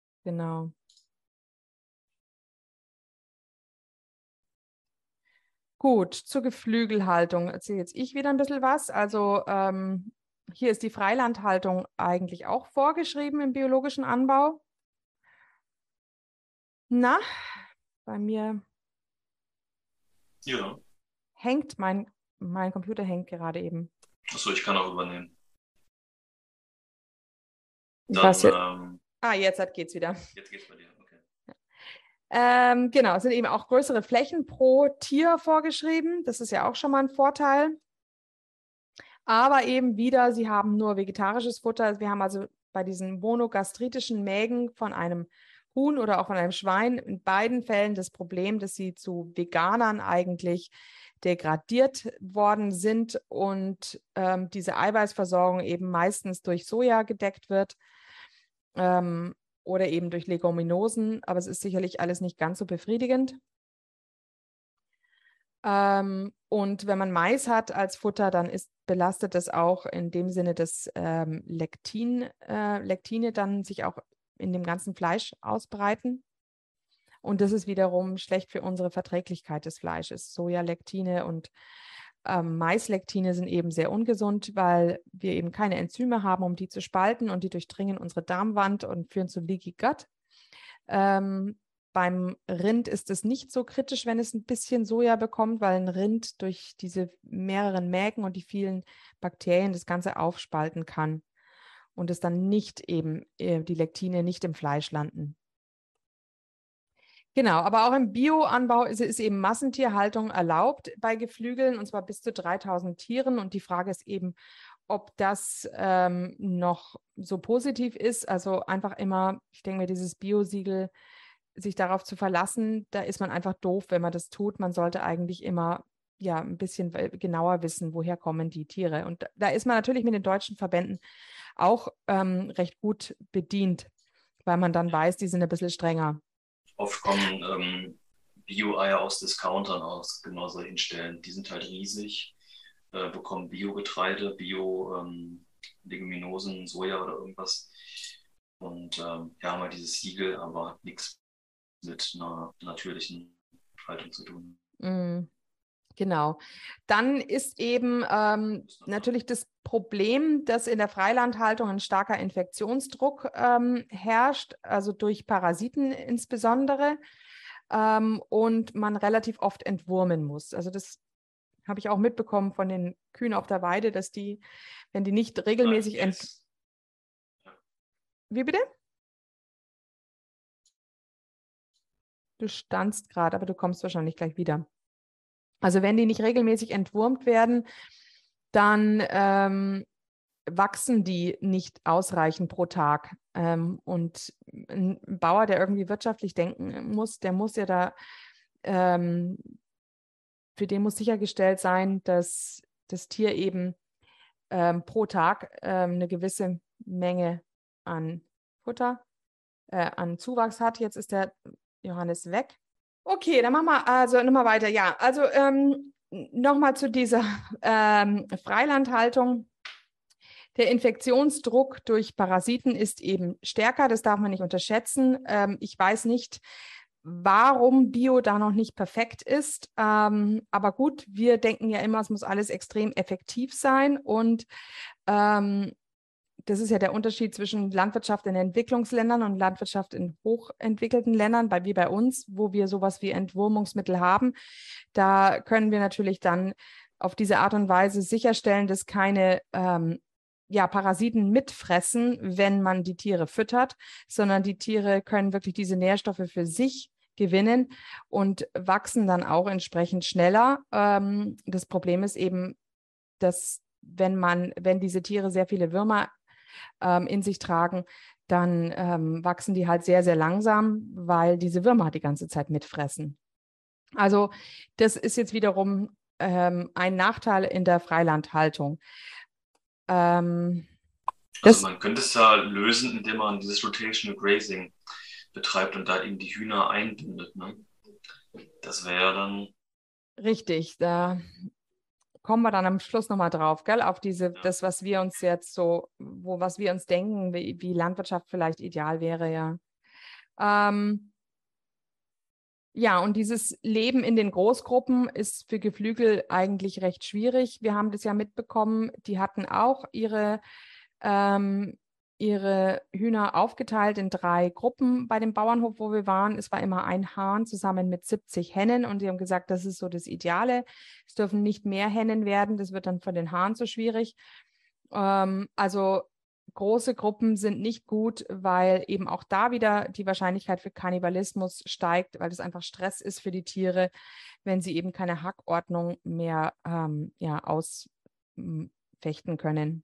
Genau. Gut, zur Geflügelhaltung erzähle jetzt ich wieder ein bisschen was. Also hier ist die Freilandhaltung eigentlich auch vorgeschrieben im biologischen Anbau. Na, bei mir Ja. hängt mein Computer hängt gerade eben. Achso, ich kann auch übernehmen. Was Dann, jetzt? Jetzt geht's wieder. jetzt geht's bei dir, okay. Genau, es sind eben auch größere Flächen pro Tier vorgeschrieben. Das ist ja auch schon mal ein Vorteil. Aber eben wieder, sie haben nur vegetarisches Futter. Wir haben also bei diesen monogastritischen Mägen von einem Huhn oder auch von einem Schwein in beiden Fällen das Problem, dass sie zu Veganern eigentlich degradiert worden sind und diese Eiweißversorgung eben meistens durch Soja gedeckt wird. Oder eben durch Leguminosen, aber es ist sicherlich alles nicht ganz so befriedigend. Und wenn man Mais hat als Futter, dann belastet es auch in dem Sinne, dass Lektine dann sich auch in dem ganzen Fleisch ausbreiten. Und das ist wiederum schlecht für unsere Verträglichkeit des Fleisches. Sojalektine und Maislektine sind eben sehr ungesund, weil wir eben keine Enzyme haben, um die zu spalten, und die durchdringen unsere Darmwand und führen zu Leaky Gut. Beim Rind ist es nicht so kritisch, wenn es ein bisschen Soja bekommt, weil ein Rind durch diese mehreren Mägen und die vielen Bakterien das Ganze aufspalten kann und es dann nicht eben die Lektine nicht im Fleisch landen. Genau, aber auch im Bioanbau ist eben Massentierhaltung erlaubt bei Geflügeln, und zwar bis zu 3000 Tieren. Und die Frage ist eben, ob das noch so positiv ist. Also einfach immer, ich denke mir, dieses Bio-Siegel, sich darauf zu verlassen, da ist man einfach doof, wenn man das tut. Man sollte eigentlich immer ja ein bisschen genauer wissen, woher kommen die Tiere. Und da ist man natürlich mit den deutschen Verbänden auch recht gut bedient, weil man dann weiß, die sind ein bisschen strenger. Oft kommen Bio-Eier aus Discountern aus genau solchen Stellen. Die sind halt riesig, bekommen Bio-Getreide, Bio-Leguminosen, Soja oder irgendwas. Und ja, haben halt dieses Siegel, aber hat nichts mit einer natürlichen Haltung zu tun. Mm. Genau. Dann ist eben natürlich das Problem, dass in der Freilandhaltung ein starker Infektionsdruck herrscht, also durch Parasiten insbesondere, und man relativ oft entwurmen muss. Also das habe ich auch mitbekommen von den Kühen auf der Weide, dass die, wenn die nicht regelmäßig Wie bitte? Du standst gerade, aber du kommst wahrscheinlich gleich wieder. Also wenn die nicht regelmäßig entwurmt werden, dann wachsen die nicht ausreichend pro Tag. Und ein Bauer, der irgendwie wirtschaftlich denken muss, der muss ja da, für den muss sichergestellt sein, dass das Tier eben pro Tag eine gewisse Menge an Futter, an Zuwachs hat. Jetzt ist der Johannes weg. Okay, dann machen wir also nochmal weiter. Ja, also nochmal zu dieser Freilandhaltung. Der Infektionsdruck durch Parasiten ist eben stärker, das darf man nicht unterschätzen. Ich weiß nicht, warum Bio da noch nicht perfekt ist. Aber gut, wir denken ja immer, es muss alles extrem effektiv sein. Und das ist ja der Unterschied zwischen Landwirtschaft in Entwicklungsländern und Landwirtschaft in hochentwickelten Ländern, wie bei uns, wo wir sowas wie Entwurmungsmittel haben. Da können wir natürlich dann auf diese Art und Weise sicherstellen, dass keine Parasiten mitfressen, wenn man die Tiere füttert, sondern die Tiere können wirklich diese Nährstoffe für sich gewinnen und wachsen dann auch entsprechend schneller. Das Problem ist eben, dass wenn diese Tiere sehr viele Würmer in sich tragen, dann wachsen die halt sehr, sehr langsam, weil diese Würmer die ganze Zeit mitfressen. Also das ist jetzt wiederum ein Nachteil in der Freilandhaltung. Also man könnte es ja lösen, indem man dieses Rotational Grazing betreibt und da eben die Hühner einbindet. Ne? Das wäre ja dann... Richtig, da kommen wir dann am Schluss nochmal drauf, gell? Auf das, was wir uns jetzt so, was wir uns denken, wie Landwirtschaft vielleicht ideal wäre, ja. Ja, und dieses Leben in den Großgruppen ist für Geflügel eigentlich recht schwierig. Wir haben das ja mitbekommen, die hatten auch ihre Hühner aufgeteilt in 3 Gruppen bei dem Bauernhof, wo wir waren. Es war immer ein Hahn zusammen mit 70 Hennen und die haben gesagt, das ist so das Ideale. Es dürfen nicht mehr Hennen werden, das wird dann für den Hahn zu schwierig. Also große Gruppen sind nicht gut, weil eben auch da wieder die Wahrscheinlichkeit für Kannibalismus steigt, weil das einfach Stress ist für die Tiere, wenn sie eben keine Hackordnung mehr ausfechten können.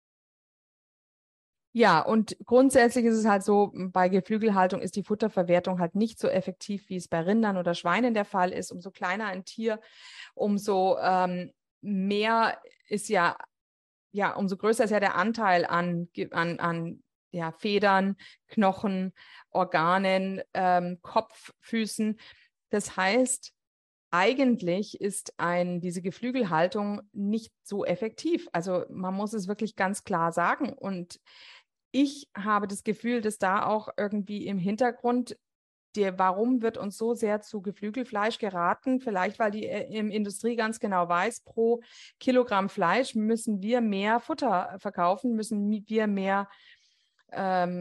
Ja, und grundsätzlich ist es halt so, bei Geflügelhaltung ist die Futterverwertung halt nicht so effektiv, wie es bei Rindern oder Schweinen der Fall ist. Umso kleiner ein Tier, umso mehr ist umso größer ist ja der Anteil an Federn, Knochen, Organen, Kopf, Füßen. Das heißt, eigentlich ist diese Geflügelhaltung nicht so effektiv. Also man muss es wirklich ganz klar sagen. Und ich habe das Gefühl, dass da auch irgendwie im Hintergrund warum wird uns so sehr zu Geflügelfleisch geraten? Vielleicht, weil die Industrie ganz genau weiß, pro Kilogramm Fleisch müssen wir mehr Futter verkaufen, müssen wir mehr, da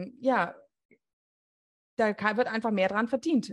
wird einfach mehr dran verdient.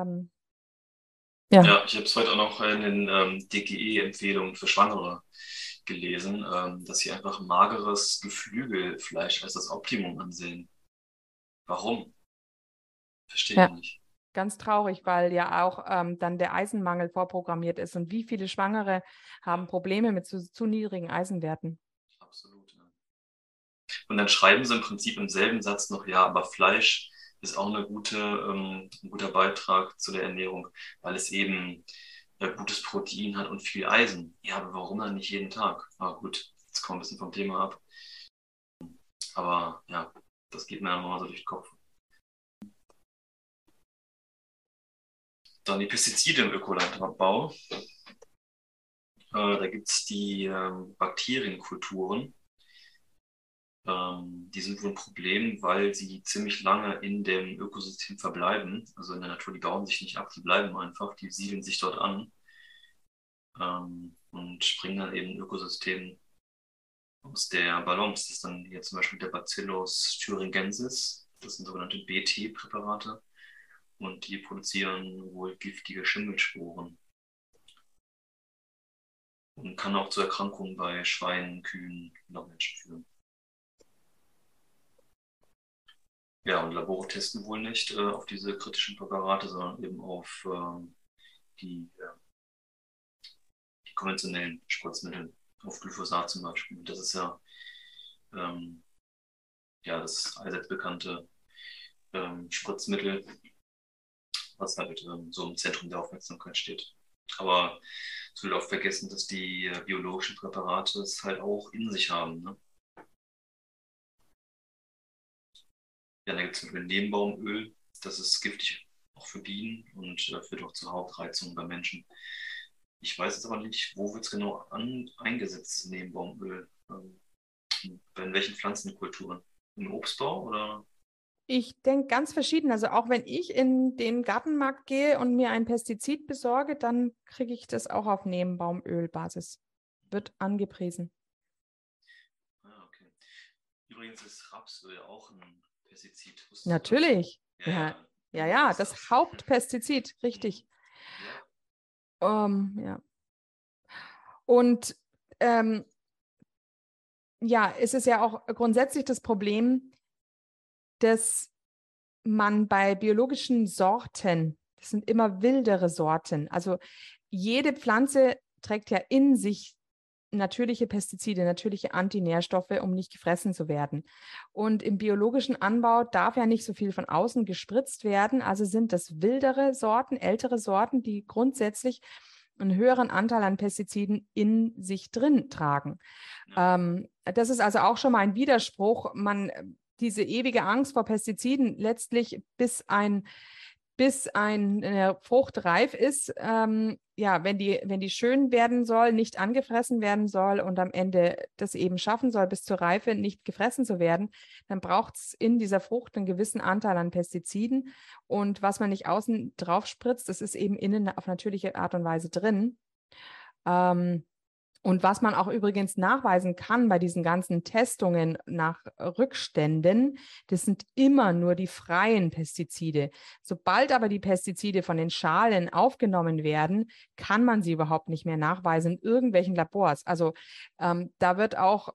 Ja, ich habe es heute auch noch in den DGE-Empfehlungen für Schwangere gelesen, dass sie einfach mageres Geflügelfleisch als das Optimum ansehen. Warum? Verstehe ich nicht. Ganz traurig, weil ja auch dann der Eisenmangel vorprogrammiert ist. Und wie viele Schwangere haben Probleme mit zu niedrigen Eisenwerten? Absolut, ja. Und dann schreiben sie im Prinzip im selben Satz noch, ja, aber Fleisch ist auch ein guter Beitrag zu der Ernährung, weil es eben gutes Protein hat und viel Eisen. Ja, aber warum dann nicht jeden Tag? Aber gut, jetzt kommen wir ein bisschen vom Thema ab. Aber ja, das geht mir dann nochmal so durch den Kopf. Dann die Pestizide im Ökolandbau. Da gibt es die Bakterienkulturen. Die sind wohl ein Problem, weil sie ziemlich lange in dem Ökosystem verbleiben. Also in der Natur, die bauen sich nicht ab, die bleiben einfach, die siedeln sich dort an und springen dann eben Ökosystemen aus der Balance. Das ist dann hier zum Beispiel der Bacillus thuringiensis. Das sind sogenannte BT-Präparate und die produzieren wohl giftige Schimmelsporen und kann auch zu Erkrankungen bei Schweinen, Kühen und auch Menschen führen. Ja, und Labore testen wohl nicht auf diese kritischen Präparate, sondern eben auf die konventionellen Spritzmittel, auf Glyphosat zum Beispiel. Das ist das allseits bekannte Spritzmittel, was halt so im Zentrum der Aufmerksamkeit steht. Aber es wird oft vergessen, dass die biologischen Präparate es halt auch in sich haben. Ne? Ja, da gibt es zum Beispiel Nebenbaumöl, das ist giftig auch für Bienen und führt auch zu Hautreizungen bei Menschen. Ich weiß jetzt aber nicht, wo wird es genau eingesetzt, Nebenbaumöl? In welchen Pflanzenkulturen? Im Obstbau oder? Ich denke ganz verschieden. Also auch wenn ich in den Gartenmarkt gehe und mir ein Pestizid besorge, dann kriege ich das auch auf Nebenbaumölbasis. Wird angepriesen. Ah, okay. Übrigens ist Rapsöl ja auch ein Pestizid. Natürlich. Ja, das Hauptpestizid, richtig. Ja. Und es ist ja auch grundsätzlich das Problem, dass man bei biologischen Sorten, das sind immer wildere Sorten, also jede Pflanze trägt ja in sich natürliche Pestizide, natürliche Antinährstoffe, um nicht gefressen zu werden. Und im biologischen Anbau darf ja nicht so viel von außen gespritzt werden, also sind das wildere Sorten, ältere Sorten, die grundsätzlich einen höheren Anteil an Pestiziden in sich drin tragen. Das ist also auch schon mal ein Widerspruch. Diese ewige Angst vor Pestiziden, letztlich bis ein bis eine Frucht reif ist, wenn die schön werden soll, nicht angefressen werden soll und am Ende das eben schaffen soll, bis zur Reife nicht gefressen zu werden, dann braucht es in dieser Frucht einen gewissen Anteil an Pestiziden. Und was man nicht außen drauf spritzt, das ist eben innen auf natürliche Art und Weise drin. Und was man auch übrigens nachweisen kann bei diesen ganzen Testungen nach Rückständen, das sind immer nur die freien Pestizide. Sobald aber die Pestizide von den Schalen aufgenommen werden, kann man sie überhaupt nicht mehr nachweisen in irgendwelchen Labors. Also da wird auch,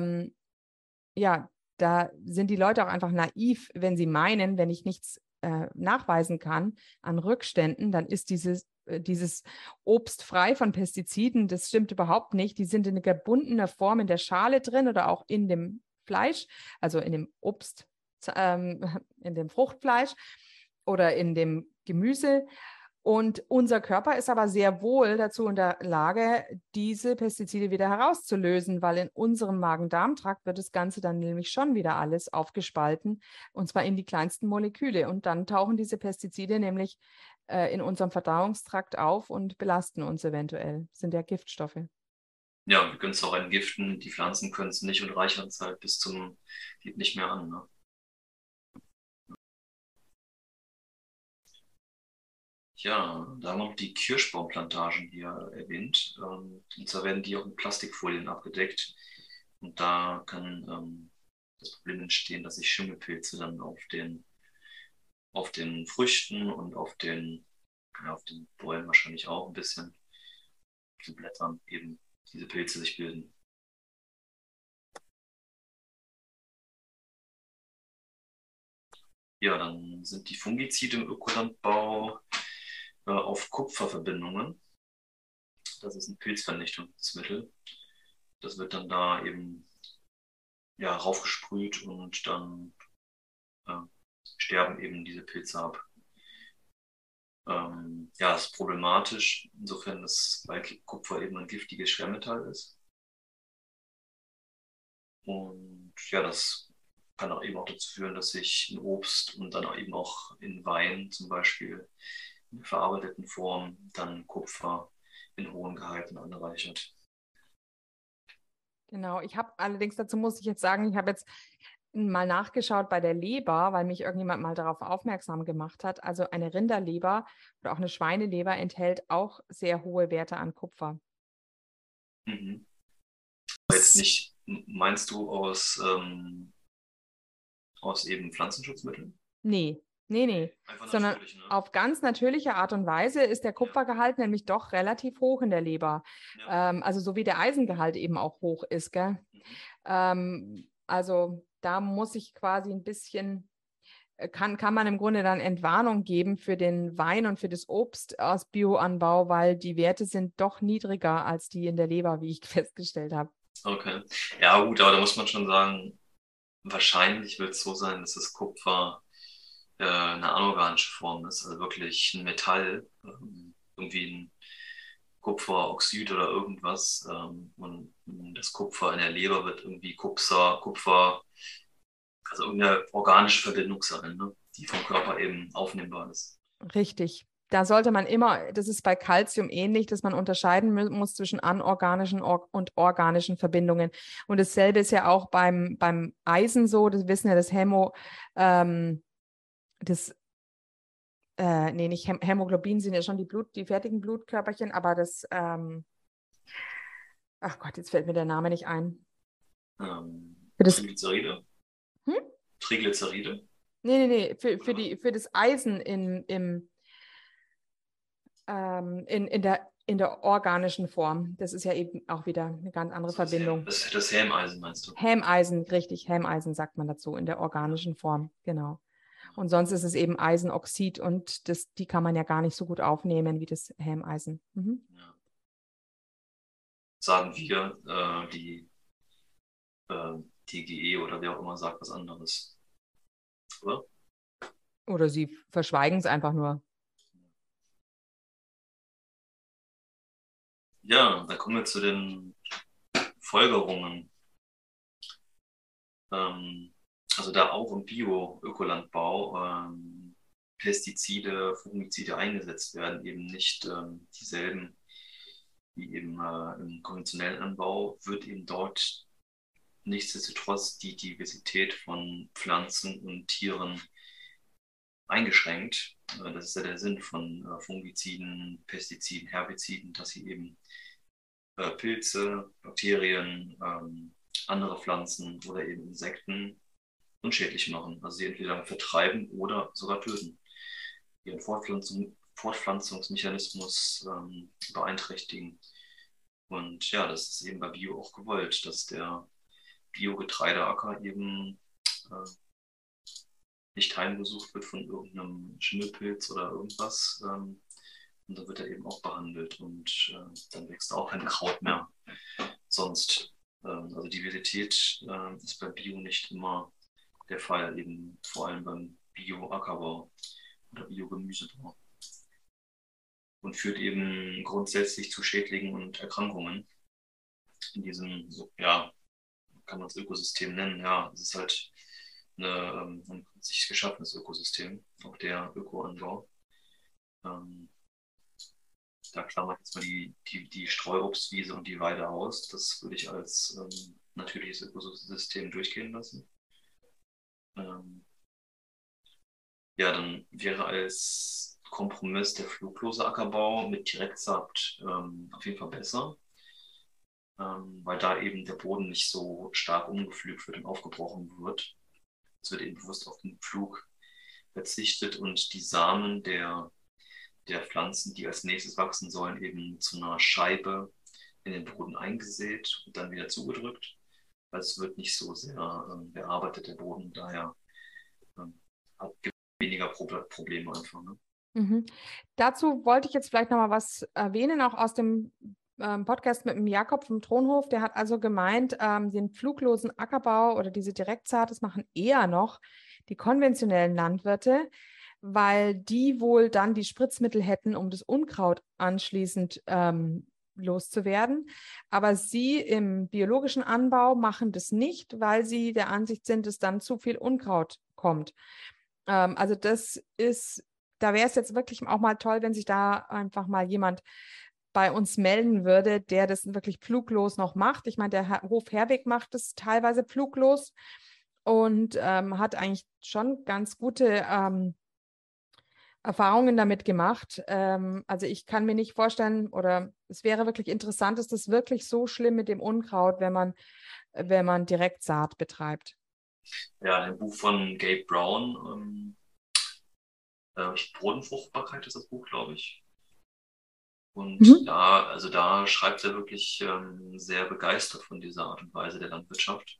da sind die Leute auch einfach naiv, wenn sie meinen, wenn ich nichts nachweisen kann an Rückständen, dann ist dieses Obst frei von Pestiziden. Das stimmt überhaupt nicht. Die sind in gebundener Form in der Schale drin oder auch in dem Fleisch, also in dem Obst, in dem Fruchtfleisch oder in dem Gemüse. Und unser Körper ist aber sehr wohl dazu in der Lage, diese Pestizide wieder herauszulösen, weil in unserem Magen-Darm-Trakt wird das Ganze dann nämlich schon wieder alles aufgespalten, und zwar in die kleinsten Moleküle. Und dann tauchen diese Pestizide nämlich in unserem Verdauungstrakt auf und belasten uns eventuell. Das sind ja Giftstoffe. Ja, wir können es auch entgiften. Die Pflanzen können es nicht und reichern es halt bis zum geht nicht mehr an. Ne? Ja, da haben wir noch die Kirschbaumplantagen hier erwähnt. Und zwar werden die auch mit Plastikfolien abgedeckt. Und da kann das Problem entstehen, dass sich Schimmelpilze dann auf den Früchten und auf den Bäumen wahrscheinlich auch ein bisschen, auf den Blättern eben diese Pilze sich bilden. Ja, dann sind die Fungizide im Ökolandbau auf Kupferverbindungen. Das ist ein Pilzvernichtungsmittel. Das wird dann da eben ja, raufgesprüht und dann äh, sterben eben diese Pilze ab. Ja, ist problematisch, insofern, dass weil Kupfer eben ein giftiges Schwermetall ist. Und ja, das kann auch eben auch dazu führen, dass sich in Obst und dann auch eben auch in Wein zum Beispiel in der verarbeiteten Form dann Kupfer in hohen Gehalten anreichert. Genau, ich habe allerdings, dazu muss ich jetzt sagen, ich habe jetzt mal nachgeschaut bei der Leber, weil mich irgendjemand mal darauf aufmerksam gemacht hat. Also eine Rinderleber oder auch eine Schweineleber enthält auch sehr hohe Werte an Kupfer. Mhm. Aber jetzt nicht, meinst du aus eben Pflanzenschutzmitteln? Nee, nee. Einfach Sondern natürlich, ne? auf ganz natürliche Art und Weise ist der Ja, Kupfergehalt nämlich doch relativ hoch in der Leber. ja. Also so wie der Eisengehalt eben auch hoch ist, gell? Mhm. Also da muss ich quasi ein bisschen, kann man im Grunde dann Entwarnung geben für den Wein und für das Obst aus Bioanbau, weil die Werte sind doch niedriger als die in der Leber, wie ich festgestellt habe. Okay. Ja, gut, aber da muss man schon sagen, wahrscheinlich wird es so sein, dass das Kupfer eine anorganische Form ist, also wirklich ein Metall, irgendwie ein Kupferoxid oder irgendwas. Und das Kupfer in der Leber wird irgendwie Kupfer, also irgendeine organische Verbindung sein, ne? Die vom Körper eben aufnehmbar ist. Richtig. Da sollte man immer, das ist bei Calcium ähnlich, dass man unterscheiden muss zwischen anorganischen und organischen Verbindungen. Und dasselbe ist ja auch beim Eisen so, das wissen ja ähm, das, nee, nicht Hämoglobin sind ja schon die fertigen Blutkörperchen, aber ach Gott, jetzt fällt mir der Name nicht ein. Für das, Triglyceride? hm? Triglyceride? Nee, Oder was? für das Eisen in der organischen Form. Das ist ja eben auch wieder eine ganz andere Also Verbindung. Das Helmeisen meinst du? Hämeisen, richtig, Hämeisen sagt man dazu in der Ja. organischen Form, genau. Und sonst ist es eben Eisenoxid und die kann man ja gar nicht so gut aufnehmen wie das Hämeisen. Mhm. Ja. Sagen wir, DGE oder wer auch immer sagt was anderes, oder? Oder sie verschweigen es einfach nur. Ja, dann kommen wir zu den Folgerungen. Ähm, also da auch im Bio-Ökolandbau Pestizide, Fungizide eingesetzt werden, eben nicht dieselben wie eben im konventionellen Anbau, wird eben dort nichtsdestotrotz die Diversität von Pflanzen und Tieren eingeschränkt. Das ist ja der Sinn von Fungiziden, Pestiziden, Herbiziden, dass sie eben Pilze, Bakterien, andere Pflanzen oder eben Insekten unschädlich machen. Also sie entweder vertreiben oder sogar töten. Ihren Fortpflanzungsmechanismus beeinträchtigen. Und ja, das ist eben bei Bio auch gewollt, dass der Bio-Getreideacker eben nicht heimgesucht wird von irgendeinem Schimmelpilz oder irgendwas. Und dann wird er eben auch behandelt und dann wächst auch kein Kraut mehr. Sonst, also Diversität ist bei Bio nicht immer der Fall, eben vor allem beim Bio-Ackerbau oder Biogemüsebau. Und führt eben grundsätzlich zu Schädlingen und Erkrankungen in diesem, ja, kann man es Ökosystem nennen. Ja, es ist halt ein sich geschaffenes Ökosystem, auch der Ökoanbau. Da klammert jetzt mal die Streuobstwiese und die Weide aus. Das würde ich als natürliches Ökosystem durchgehen lassen. Ja, dann wäre als Kompromiss der fluglose Ackerbau mit Direktsaat auf jeden Fall besser, weil da eben der Boden nicht so stark umgepflügt wird und aufgebrochen wird. Es wird eben bewusst auf den Pflug verzichtet und die Samen der Pflanzen, die als nächstes wachsen sollen, eben zu einer Scheibe in den Boden eingesät und dann wieder zugedrückt. Also es wird nicht so sehr bearbeitet, der Boden, daher hat weniger Probleme einfach. Ne? Mhm. Dazu wollte ich jetzt vielleicht noch mal was erwähnen, auch aus dem Podcast mit dem Jakob vom Thronhof. Der hat also gemeint, den fluglosen Ackerbau oder diese Direktsaat, das machen eher noch die konventionellen Landwirte, weil die wohl dann die Spritzmittel hätten, um das Unkraut anschließend loszuwerden. Aber sie im biologischen Anbau machen das nicht, weil sie der Ansicht sind, dass dann zu viel Unkraut kommt. Also das ist, da wäre es jetzt wirklich auch mal toll, wenn sich da einfach mal jemand bei uns melden würde, der das wirklich pfluglos noch macht. Ich meine, der Hof Herweg macht das teilweise pfluglos und hat eigentlich schon ganz gute Erfahrungen damit gemacht. Also ich kann mir nicht vorstellen, oder es wäre wirklich interessant, ist das wirklich so schlimm mit dem Unkraut, wenn man Direktsaat betreibt? Ja, ein Buch von Gabe Brown, Bodenfruchtbarkeit ist das Buch, glaube ich. Und Mhm. da schreibt er wirklich sehr begeistert von dieser Art und Weise der Landwirtschaft.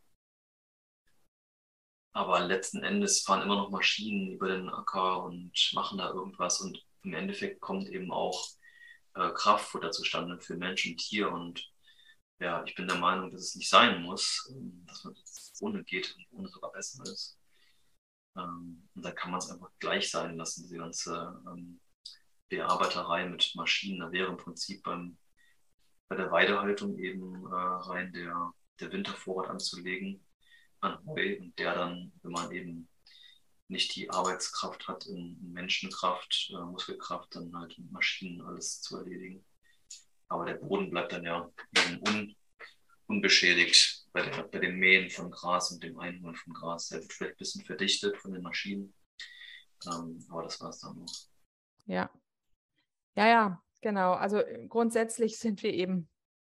Aber letzten Endes fahren immer noch Maschinen über den Acker und machen da irgendwas. Und im Endeffekt kommt eben auch Kraftfutter zustande für Mensch und Tier. Und ja, ich bin der Meinung, dass es nicht sein muss, dass man das ohne geht und ohne sogar besser ist. Und da kann man es einfach gleich sein lassen, diese ganze Bearbeiterei mit Maschinen. Da wäre im Prinzip bei der Weidehaltung eben rein der Wintervorrat anzulegen an Heu und der dann, wenn man eben nicht die Arbeitskraft hat in Menschenkraft, Muskelkraft, dann halt mit Maschinen alles zu erledigen. Aber der Boden bleibt dann ja eben unbeschädigt bei dem Mähen von Gras und dem Einholen von Gras. Der wird vielleicht ein bisschen verdichtet von den Maschinen, aber das war es dann noch. Ja, ja, ja, genau. Also grundsätzlich sind wir eben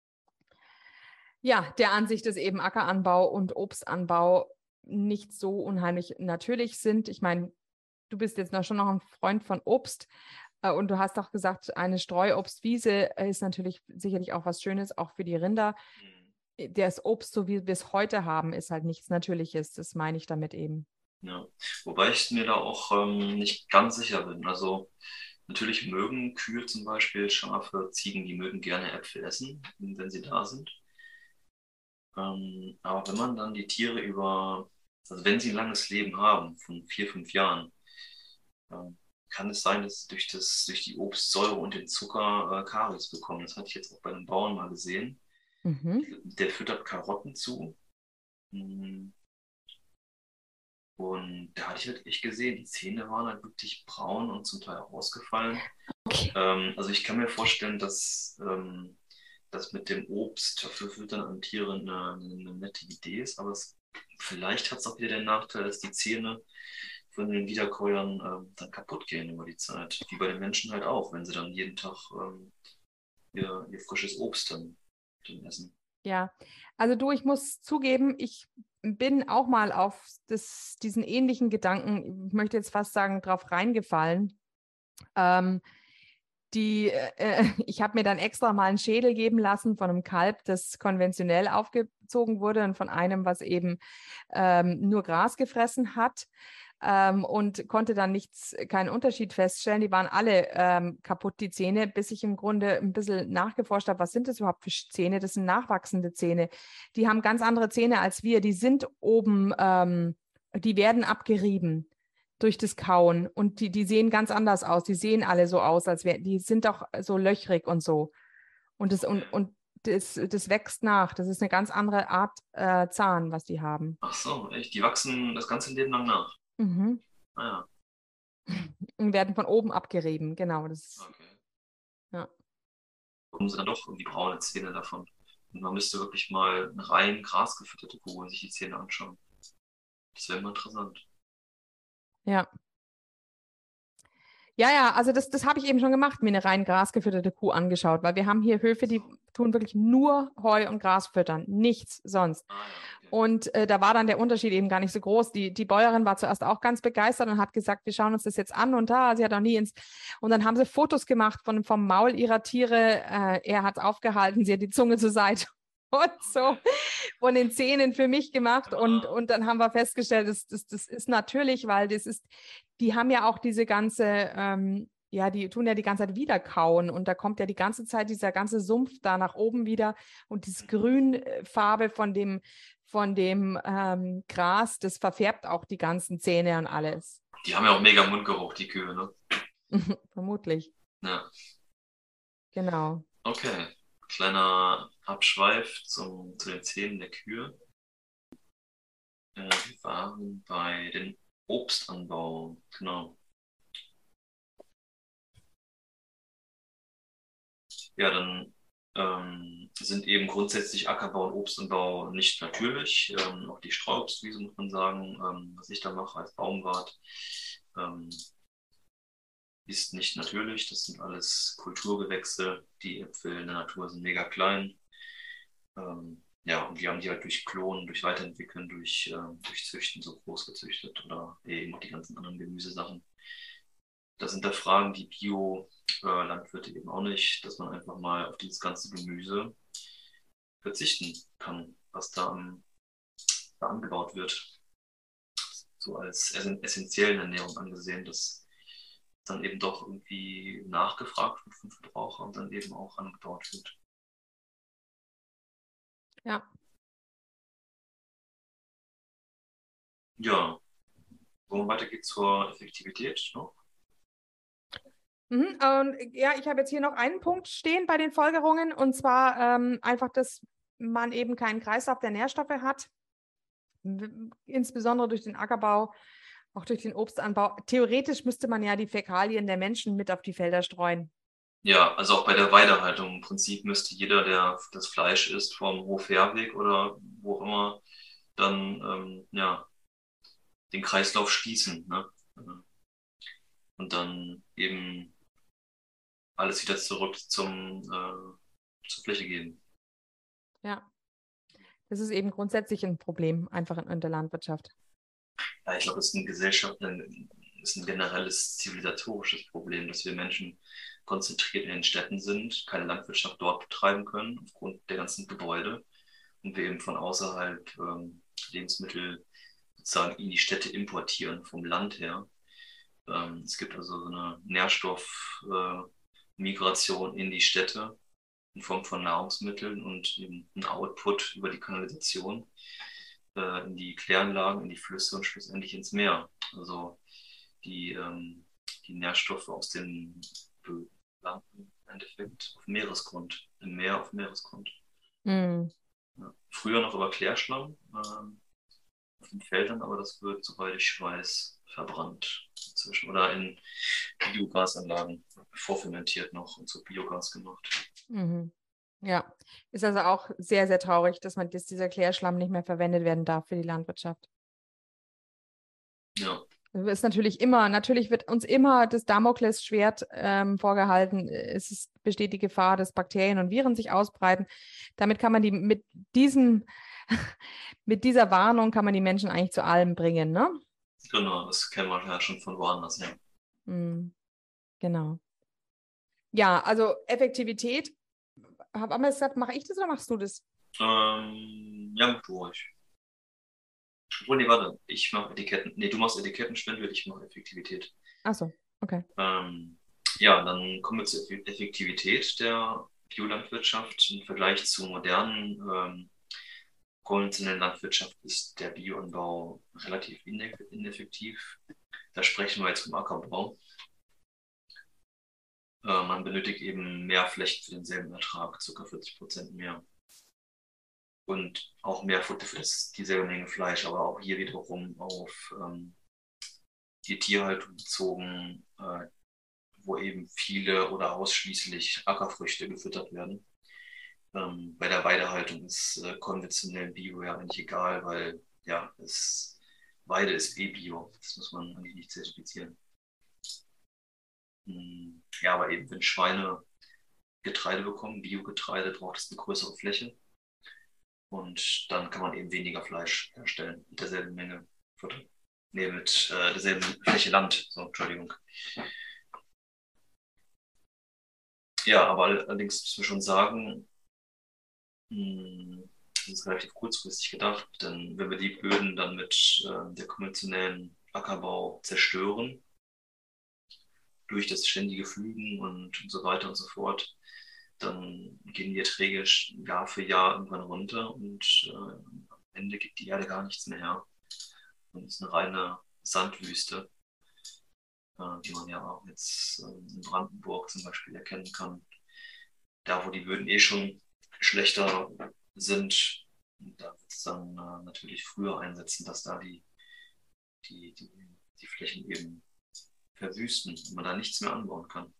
ja der Ansicht, dass eben Ackeranbau und Obstanbau nicht so unheimlich natürlich sind. Ich meine, du bist jetzt schon noch ein Freund von Obst und du hast auch gesagt, eine Streuobstwiese ist natürlich sicherlich auch was Schönes, auch für die Rinder. Das Obst, so wie wir es heute haben, ist halt nichts Natürliches. Das meine ich damit eben. Ja. Wobei ich mir da auch nicht ganz sicher bin. Also natürlich mögen Kühe zum Beispiel, Schafe, Ziegen, die mögen gerne Äpfel essen, wenn sie da sind. Aber wenn man dann die Tiere also wenn sie ein langes Leben haben, von 4, 5 Jahren, ähm, kann es sein, dass sie durch die Obstsäure und den Zucker Karies bekommen. Das hatte ich jetzt auch bei einem Bauern mal gesehen. Mhm. Der füttert Karotten zu. Mm, Und da hatte ich halt echt gesehen, die Zähne waren halt wirklich braun und zum Teil auch ausgefallen. Okay. Also ich kann mir vorstellen, dass das mit dem Obst verfüttern an Tiere eine nette Idee ist, aber vielleicht hat es auch wieder den Nachteil, dass die Zähne von den Wiederkäuern dann kaputt gehen über die Zeit. Wie bei den Menschen halt auch, wenn sie dann jeden Tag ihr frisches Obst dann essen. Ja, also du, ich muss zugeben, ich bin auch mal auf diesen ähnlichen Gedanken, ich möchte jetzt fast sagen, drauf reingefallen. Ähm, ich habe mir dann extra mal einen Schädel geben lassen von einem Kalb, das konventionell aufgezogen wurde und von einem, was eben nur Gras gefressen hat. Und konnte dann keinen Unterschied feststellen. Die waren alle kaputt, die Zähne, bis ich im Grunde ein bisschen nachgeforscht habe, was sind das überhaupt für Zähne? Das sind nachwachsende Zähne. Die haben ganz andere Zähne als wir. Die sind oben, die werden abgerieben durch das Kauen und die sehen ganz anders aus. Die sehen alle so aus, die sind doch so löchrig und so. Und das wächst nach. Das ist eine ganz andere Art Zahn, was die haben. Ach so, echt? Die wachsen das ganze Leben lang nach. Mhm. Ah Und werden von oben abgerieben, genau. ja, okay. Ja. Bekommen sie dann doch irgendwie braune Zähne davon. Und man müsste wirklich mal eine rein grasgefütterte Kuh und sich die Zähne anschauen. Das wäre immer interessant. Ja. Ja, ja, also das habe ich eben schon gemacht, mir eine rein grasgefütterte Kuh angeschaut, weil wir haben hier Höfe, die tun wirklich nur Heu und Gras füttern, nichts sonst. Ah ja, okay. Und da war dann der Unterschied eben gar nicht so groß. Die Bäuerin war zuerst auch ganz begeistert und hat gesagt, wir schauen uns das jetzt an und da, sie hat noch nie und dann haben sie Fotos gemacht vom Maul ihrer Tiere. Er hat es aufgehalten, sie hat die Zunge zur Seite und so von den Zähnen für mich gemacht und dann haben wir festgestellt, das ist natürlich, weil die haben ja auch diese ganze, ja, die tun ja die ganze Zeit wieder kauen und da kommt ja die ganze Zeit dieser ganze Sumpf da nach oben wieder und diese Grünfarbe von dem Gras, das verfärbt auch die ganzen Zähne und alles. Die haben ja auch mega Mundgeruch, die Kühe, ne? Vermutlich, Ja. genau. Okay. Kleiner Abschweif zu den Zähnen der Kühe. Wir waren bei den Obstanbau. Genau. Ja, dann sind eben grundsätzlich Ackerbau und Obstanbau nicht natürlich. Auch die Streuobstwiese, muss man sagen, was ich da mache als Baumwart, ähm, ist nicht natürlich. Das sind alles Kulturgewächse. Die Äpfel in der Natur sind mega klein. Ja, und wir haben die halt durch Klonen, durch Weiterentwickeln, durch Züchten so groß gezüchtet oder eben auch die ganzen anderen Gemüsesachen. Das hinterfragen die Bio-Landwirte eben auch nicht, dass man einfach mal auf dieses ganze Gemüse verzichten kann, was da angebaut wird. So als essentielle Ernährung angesehen, dass dann eben doch irgendwie nachgefragt wird vom Verbraucher und dann eben auch angebaut wird. Ja. Ja, wollen wir weitergehen zur Effektivität noch? Und ja, ich habe jetzt hier noch einen Punkt stehen bei den Folgerungen und zwar einfach, dass man eben keinen Kreislauf der Nährstoffe hat, insbesondere durch den Ackerbau, auch durch den Obstanbau. Theoretisch müsste man ja die Fäkalien der Menschen mit auf die Felder streuen. Ja, also auch bei der Weidehaltung im Prinzip müsste jeder, der das Fleisch isst, vom Hof-Herweg oder wo auch immer, dann ja, den Kreislauf schließen, ne? Und dann eben alles wieder zurück zur Fläche geben. Ja, das ist eben grundsätzlich ein Problem, einfach in der Landwirtschaft. Ja, ich glaube, es ist ist ein generelles zivilisatorisches Problem, dass wir Menschen konzentriert in den Städten sind, keine Landwirtschaft dort betreiben können, aufgrund der ganzen Gebäude und wir eben von außerhalb Lebensmittel sozusagen in die Städte importieren, vom Land her. Es gibt also so eine Nährstoffmigration in die Städte in Form von Nahrungsmitteln und eben ein Output über die Kanalisation in die Kläranlagen, in die Flüsse und schlussendlich ins Meer. Also die, die Nährstoffe aus den Böden landen im Endeffekt auf Meeresgrund, im Meer auf Meeresgrund. Mm. Ja. Früher noch über Klärschlamm auf den Feldern, aber das wird, soweit ich weiß, verbrannt inzwischen oder in Biogasanlagen vorfermentiert noch und zu Biogas gemacht. Mhm. Ja, ist also auch sehr, sehr traurig, dass dieser Klärschlamm nicht mehr verwendet werden darf für die Landwirtschaft. Ja, Natürlich wird uns immer das Damoklesschwert vorgehalten. Besteht die Gefahr, dass Bakterien und Viren sich ausbreiten. Damit kann man mit dieser Warnung kann man die Menschen eigentlich zu allem bringen, ne? genau, das kennen wir ja schon von woanders her. Mhm. Genau. Ja, also Effektivität. Haben wir gesagt, mache ich das oder machst du das? Ja, mach du ruhig. Obwohl, nee, warte, ich mache Etiketten. Nee, du machst Etikettenschwindel, ich mache Effektivität. Ach so, okay. Ja, dann kommen wir zur Effektivität der Biolandwirtschaft. Im Vergleich zu modernen konventionellen Landwirtschaft ist der Bioanbau relativ ineffektiv. Da sprechen wir jetzt vom Ackerbau. Man benötigt eben mehr Flächen für denselben Ertrag, ca. 40% mehr. Und auch mehr Futter für dieselbe Menge Fleisch, aber auch hier wiederum auf die Tierhaltung bezogen, wo eben viele oder ausschließlich Ackerfrüchte gefüttert werden. Bei der Weidehaltung ist konventionell Bio ja eigentlich egal, weil ja, Weide ist eh Bio. Das muss man eigentlich nicht zertifizieren. Ja, aber eben, wenn Schweine Getreide bekommen, Biogetreide, braucht es eine größere Fläche. Und dann kann man eben weniger Fleisch herstellen mit derselben Menge Futter. Nee, mit derselben Fläche Land. So, Entschuldigung. Ja, aber allerdings müssen wir schon sagen, das ist relativ kurzfristig gedacht, denn wenn wir die Böden dann mit der konventionellen Ackerbau zerstören, durch das ständige Pflügen und so weiter und so fort, dann gehen die Erträge Jahr für Jahr irgendwann runter und am Ende gibt die Erde gar nichts mehr her. Und es ist eine reine Sandwüste, die man ja auch jetzt in Brandenburg zum Beispiel erkennen kann. Da, wo die Böden eh schon schlechter sind, da wird es dann natürlich früher einsetzen, dass da die, die, die Flächen eben verwüsten und man da nichts mehr anbauen kann.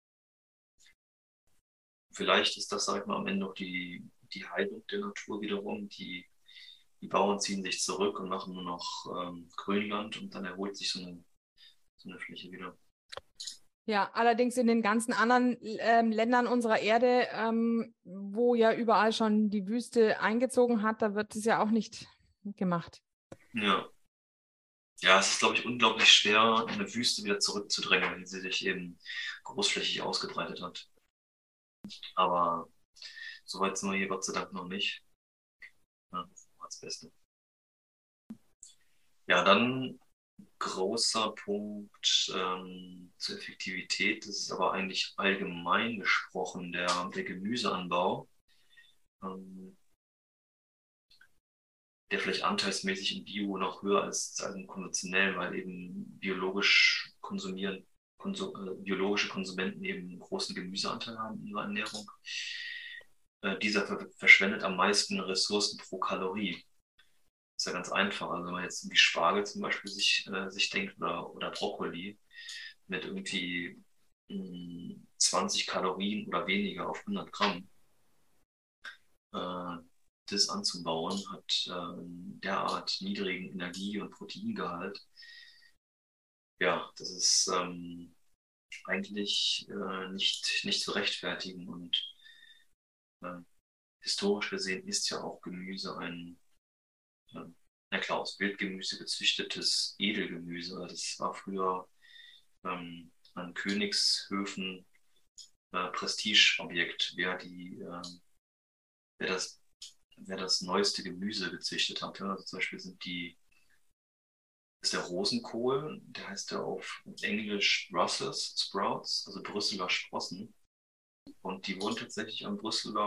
Vielleicht ist das, sag ich mal, am Ende auch die Heilung der Natur wiederum. Die Bauern ziehen sich zurück und machen nur noch Grünland und dann erholt sich so eine Fläche wieder. Ja, allerdings in den ganzen anderen Ländern unserer Erde, wo ja überall schon die Wüste eingezogen hat, da wird es ja auch nicht gemacht. Ja. Ja, es ist, glaube ich, unglaublich schwer, eine Wüste wieder zurückzudrängen, wenn sie sich eben großflächig ausgebreitet hat. Aber soweit sind wir hier Gott sei Dank noch nicht. Ja, das Beste. Ja, dann großer Punkt zur Effektivität. Das ist aber eigentlich allgemein gesprochen, der Gemüseanbau, der vielleicht anteilsmäßig im Bio noch höher ist als im konventionellen, weil eben biologische Konsumenten eben einen großen Gemüseanteil haben in ihrer Ernährung. Dieser verschwendet am meisten Ressourcen pro Kalorie. Ist ja ganz einfach. Also wenn man jetzt irgendwie Spargel zum Beispiel sich denkt oder Brokkoli mit irgendwie 20 Kalorien oder weniger auf 100 Gramm, das anzubauen, hat derart niedrigen Energie- und Proteingehalt. Ja, das ist eigentlich nicht zu rechtfertigen. Und äh, historisch gesehen ist ja auch Gemüse na klar, aus Wildgemüse gezüchtetes Edelgemüse. Das war früher an Königshöfen Prestigeobjekt, wer das, wer das neueste Gemüse gezüchtet hatte. Also zum Beispiel ist der Rosenkohl, der heißt ja auf Englisch Brussels Sprouts, also Brüsseler Sprossen. Und die wurden tatsächlich am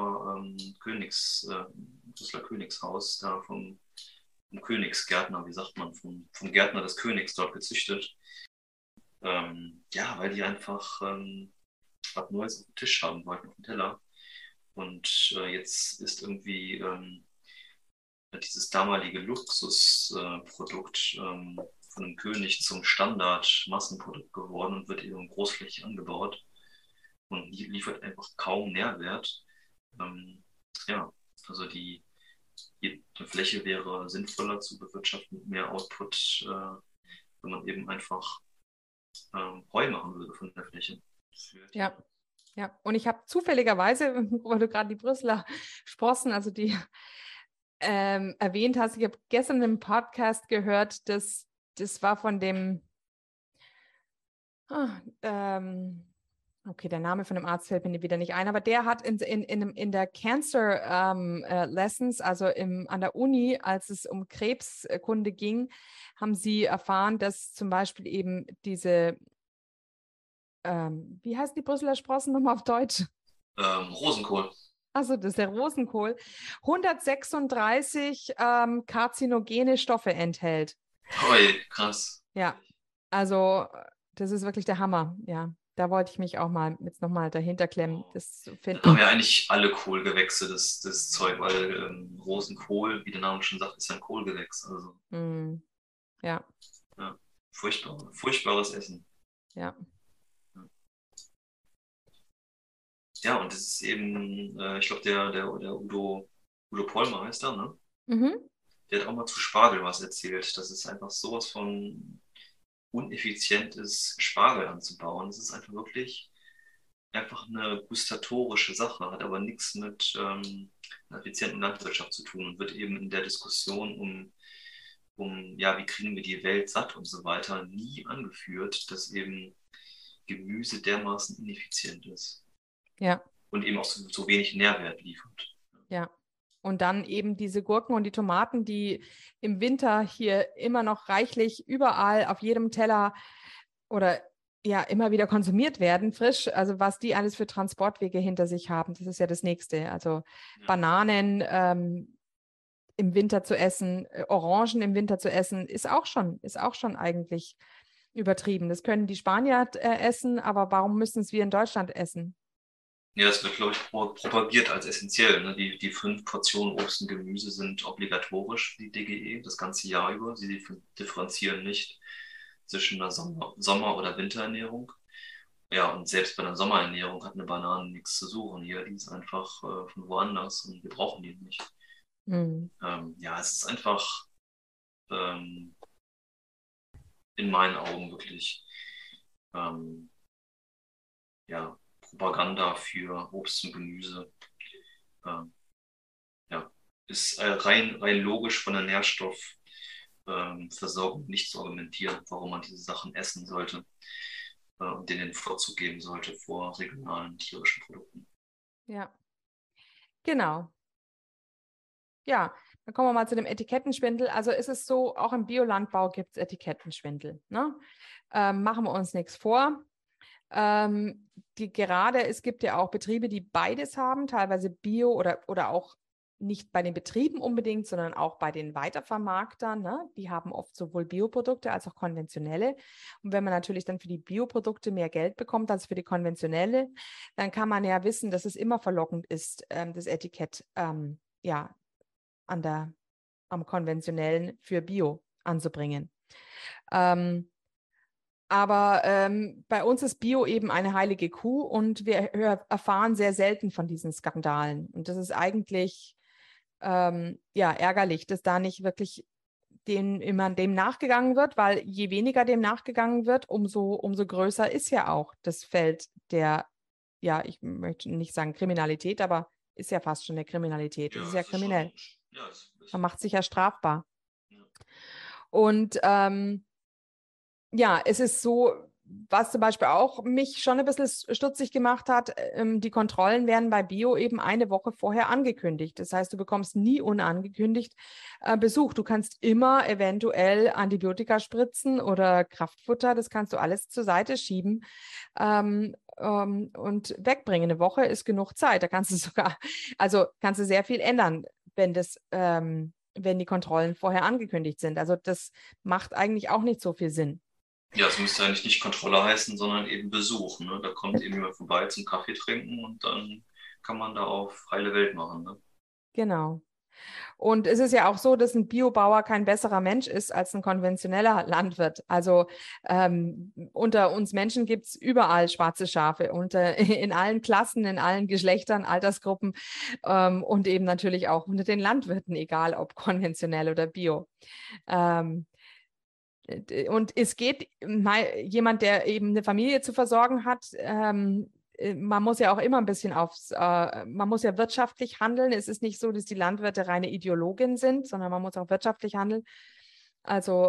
Brüsseler Königshaus, da vom Königsgärtner, wie sagt man, vom Gärtner des Königs dort gezüchtet. Ja, weil die einfach was Neues auf dem Tisch haben wollten, auf dem Teller. Und jetzt ist irgendwie dieses damalige Luxusprodukt von einem König zum Standard-Massenprodukt geworden und wird eben großflächig angebaut und liefert einfach kaum Nährwert. Ja, also die Fläche wäre sinnvoller zu bewirtschaften mit mehr Output, wenn man eben einfach Heu machen würde von der Fläche. Ja. Ja, und ich habe zufälligerweise, weil du gerade die Brüsseler Sprossen, also die erwähnt hast, ich habe gestern im Podcast gehört, das war von dem, okay, der Name von dem Arzt fällt mir wieder nicht ein, aber der hat in der Cancer Lessons, also an der Uni, als es um Krebskunde ging, haben sie erfahren, dass zum Beispiel eben diese, wie heißt die Brüsseler Sprossen nochmal auf Deutsch? Rosenkohl. Also das ist der Rosenkohl, 136 karzinogene Stoffe enthält. Ui, krass. Ja, also das ist wirklich der Hammer. Ja, da wollte ich mich auch mal jetzt nochmal dahinter klemmen, das zu Dann haben finden. ja eigentlich alle Kohlgewächse das Zeug, weil Rosenkohl, wie der Name schon sagt, ist ja ein Kohlgewächs. Also Ja, ja, furchtbares Essen. ja. Ja, und das ist eben, ich glaube, der Udo Pollmer heißt er, ne? Mhm. Der hat auch mal zu Spargel was erzählt. Das ist einfach sowas von uneffizient ist, Spargel anzubauen. Das ist einfach wirklich einfach eine gustatorische Sache, hat aber nichts mit einer effizienten Landwirtschaft zu tun und wird eben in der Diskussion ja, wie kriegen wir die Welt satt und so weiter, nie angeführt, dass eben Gemüse dermaßen ineffizient ist Ja, und eben auch so wenig Nährwert liefert. ja. Und dann eben diese Gurken und die Tomaten, die im Winter hier immer noch reichlich überall auf jedem Teller oder ja immer wieder konsumiert werden, frisch. Also was die alles für Transportwege hinter sich haben, das ist ja das Nächste. Also Ja. Bananen im Winter zu essen, Orangen im Winter zu essen, ist auch schon eigentlich übertrieben. Das können die Spanier essen, aber warum müssen es wir in Deutschland essen? Ja, das wird, glaube ich, propagiert als essentiell. Ne? Die 5 Portionen Obst und Gemüse sind obligatorisch für die DGE das ganze Jahr über. Sie differenzieren nicht zwischen einer Sommer- oder Winterernährung. Ja, und selbst bei einer Sommerernährung hat eine Banane nichts zu suchen hier. Die ist einfach von woanders und wir brauchen die nicht. Hm. Ja, es ist einfach ähm, in meinen Augen wirklich ähm, ja, Propaganda für Obst und Gemüse. Ähm, ja, ist rein logisch von der Nährstoffversorgung nicht zu argumentieren, warum man diese Sachen essen sollte und denen den Vorzug geben sollte vor regionalen tierischen Produkten. Ja, genau. Ja, dann kommen wir mal zu dem Etikettenschwindel. Also ist es so, auch im Biolandbau gibt es Etikettenschwindel. Ne? Machen wir uns nichts vor. Es gibt ja auch Betriebe, die beides haben, teilweise Bio oder auch nicht bei den Betrieben unbedingt, sondern auch bei den Weitervermarktern. Ne? Die haben oft sowohl Bioprodukte als auch konventionelle. Und wenn man natürlich dann für die Bioprodukte mehr Geld bekommt als für die konventionelle, dann kann man ja wissen, dass es immer verlockend ist, das Etikett ja, am konventionellen für Bio anzubringen. Aber bei uns ist Bio eben eine heilige Kuh und wir erfahren sehr selten von diesen Skandalen. Und das ist eigentlich ja, ärgerlich, dass da nicht wirklich immer dem nachgegangen wird, weil je weniger dem nachgegangen wird, umso größer ist ja auch das Feld der, ja, ich möchte nicht sagen Kriminalität, aber ist ja fast schon eine Kriminalität. Das Ja, ist ja es ist schon, kriminell. ja, es Man ist, macht sich ja strafbar. ja. Und ja, es ist so, was zum Beispiel auch mich schon ein bisschen stutzig gemacht hat, die Kontrollen werden bei Bio eben eine Woche vorher angekündigt. Das heißt, du bekommst nie unangekündigt Besuch. Du kannst immer eventuell Antibiotika spritzen oder Kraftfutter, das kannst du alles zur Seite schieben und wegbringen. Eine Woche ist genug Zeit. Da kannst du sogar, also kannst du sehr viel ändern, wenn die Kontrollen vorher angekündigt sind. Also das macht eigentlich auch nicht so viel Sinn. Ja, es müsste eigentlich nicht Kontrolle heißen, sondern eben Besuch. Ne? Da kommt eben jemand vorbei zum Kaffee trinken und dann kann man da auf heile Welt machen. Ne? Genau. Und es ist ja auch so, dass ein Biobauer kein besserer Mensch ist als ein konventioneller Landwirt. Also unter uns Menschen gibt es überall schwarze Schafe, in allen Klassen, in allen Geschlechtern, Altersgruppen und eben natürlich auch unter den Landwirten, egal ob konventionell oder bio. Ähm, und es geht jemand, der eben eine Familie zu versorgen hat, man muss ja auch immer ein bisschen man muss ja wirtschaftlich handeln. Es ist nicht so, dass die Landwirte reine Ideologin sind, sondern man muss auch wirtschaftlich handeln. Also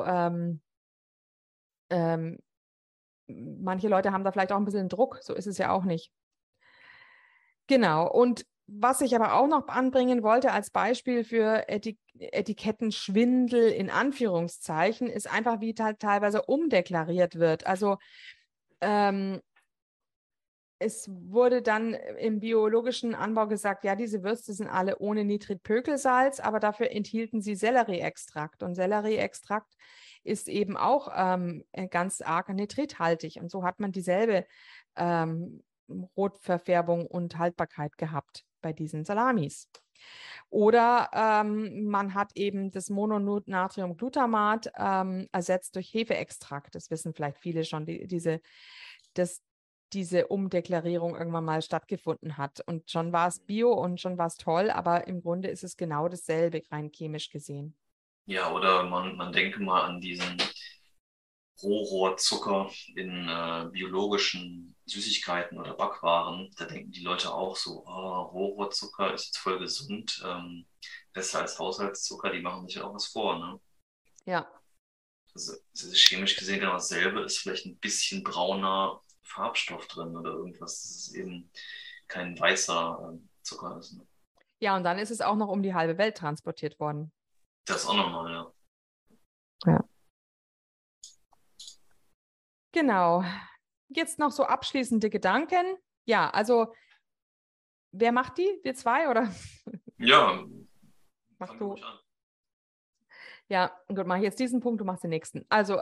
ähm, manche Leute haben da vielleicht auch ein bisschen Druck, so ist es ja auch nicht. Genau. Und was ich aber auch noch anbringen wollte als Beispiel für Etikettenschwindel in Anführungszeichen, ist einfach, wie teilweise umdeklariert wird. Also es wurde dann im biologischen Anbau gesagt, ja, diese Würste sind alle ohne Nitritpökelsalz, aber dafür enthielten sie Sellerieextrakt. Und Sellerieextrakt ist eben auch ganz arg nitrithaltig. Und so hat man dieselbe Rotverfärbung und Haltbarkeit gehabt bei diesen Salamis. Oder man hat eben das Mononatriumglutamat ersetzt durch Hefeextrakt. Das wissen vielleicht viele schon, diese Umdeklarierung irgendwann mal stattgefunden hat. Und schon war es Bio und schon war es toll, aber im Grunde ist es genau dasselbe, rein chemisch gesehen. Ja, oder man denke mal an diesen Rohrohrzucker in biologischen Süßigkeiten oder Backwaren. Da denken die Leute auch so, oh, Rohrohrzucker ist jetzt voll gesund, besser als Haushaltszucker, die machen sich ja auch was vor, ne? Ja. Also, es ist chemisch gesehen genau dasselbe, ist vielleicht ein bisschen brauner Farbstoff drin oder irgendwas, dass es eben kein weißer Zucker ist. Ne? Ja, und dann ist es auch noch um die halbe Welt transportiert worden. Das auch nochmal, ja. Ja. Genau. Jetzt noch so abschließende Gedanken. Ja, also wer macht die? Wir zwei oder Ja, machst fangen wir du? ruhig an. Ja, gut, mache ich jetzt diesen Punkt, du machst den nächsten. Also,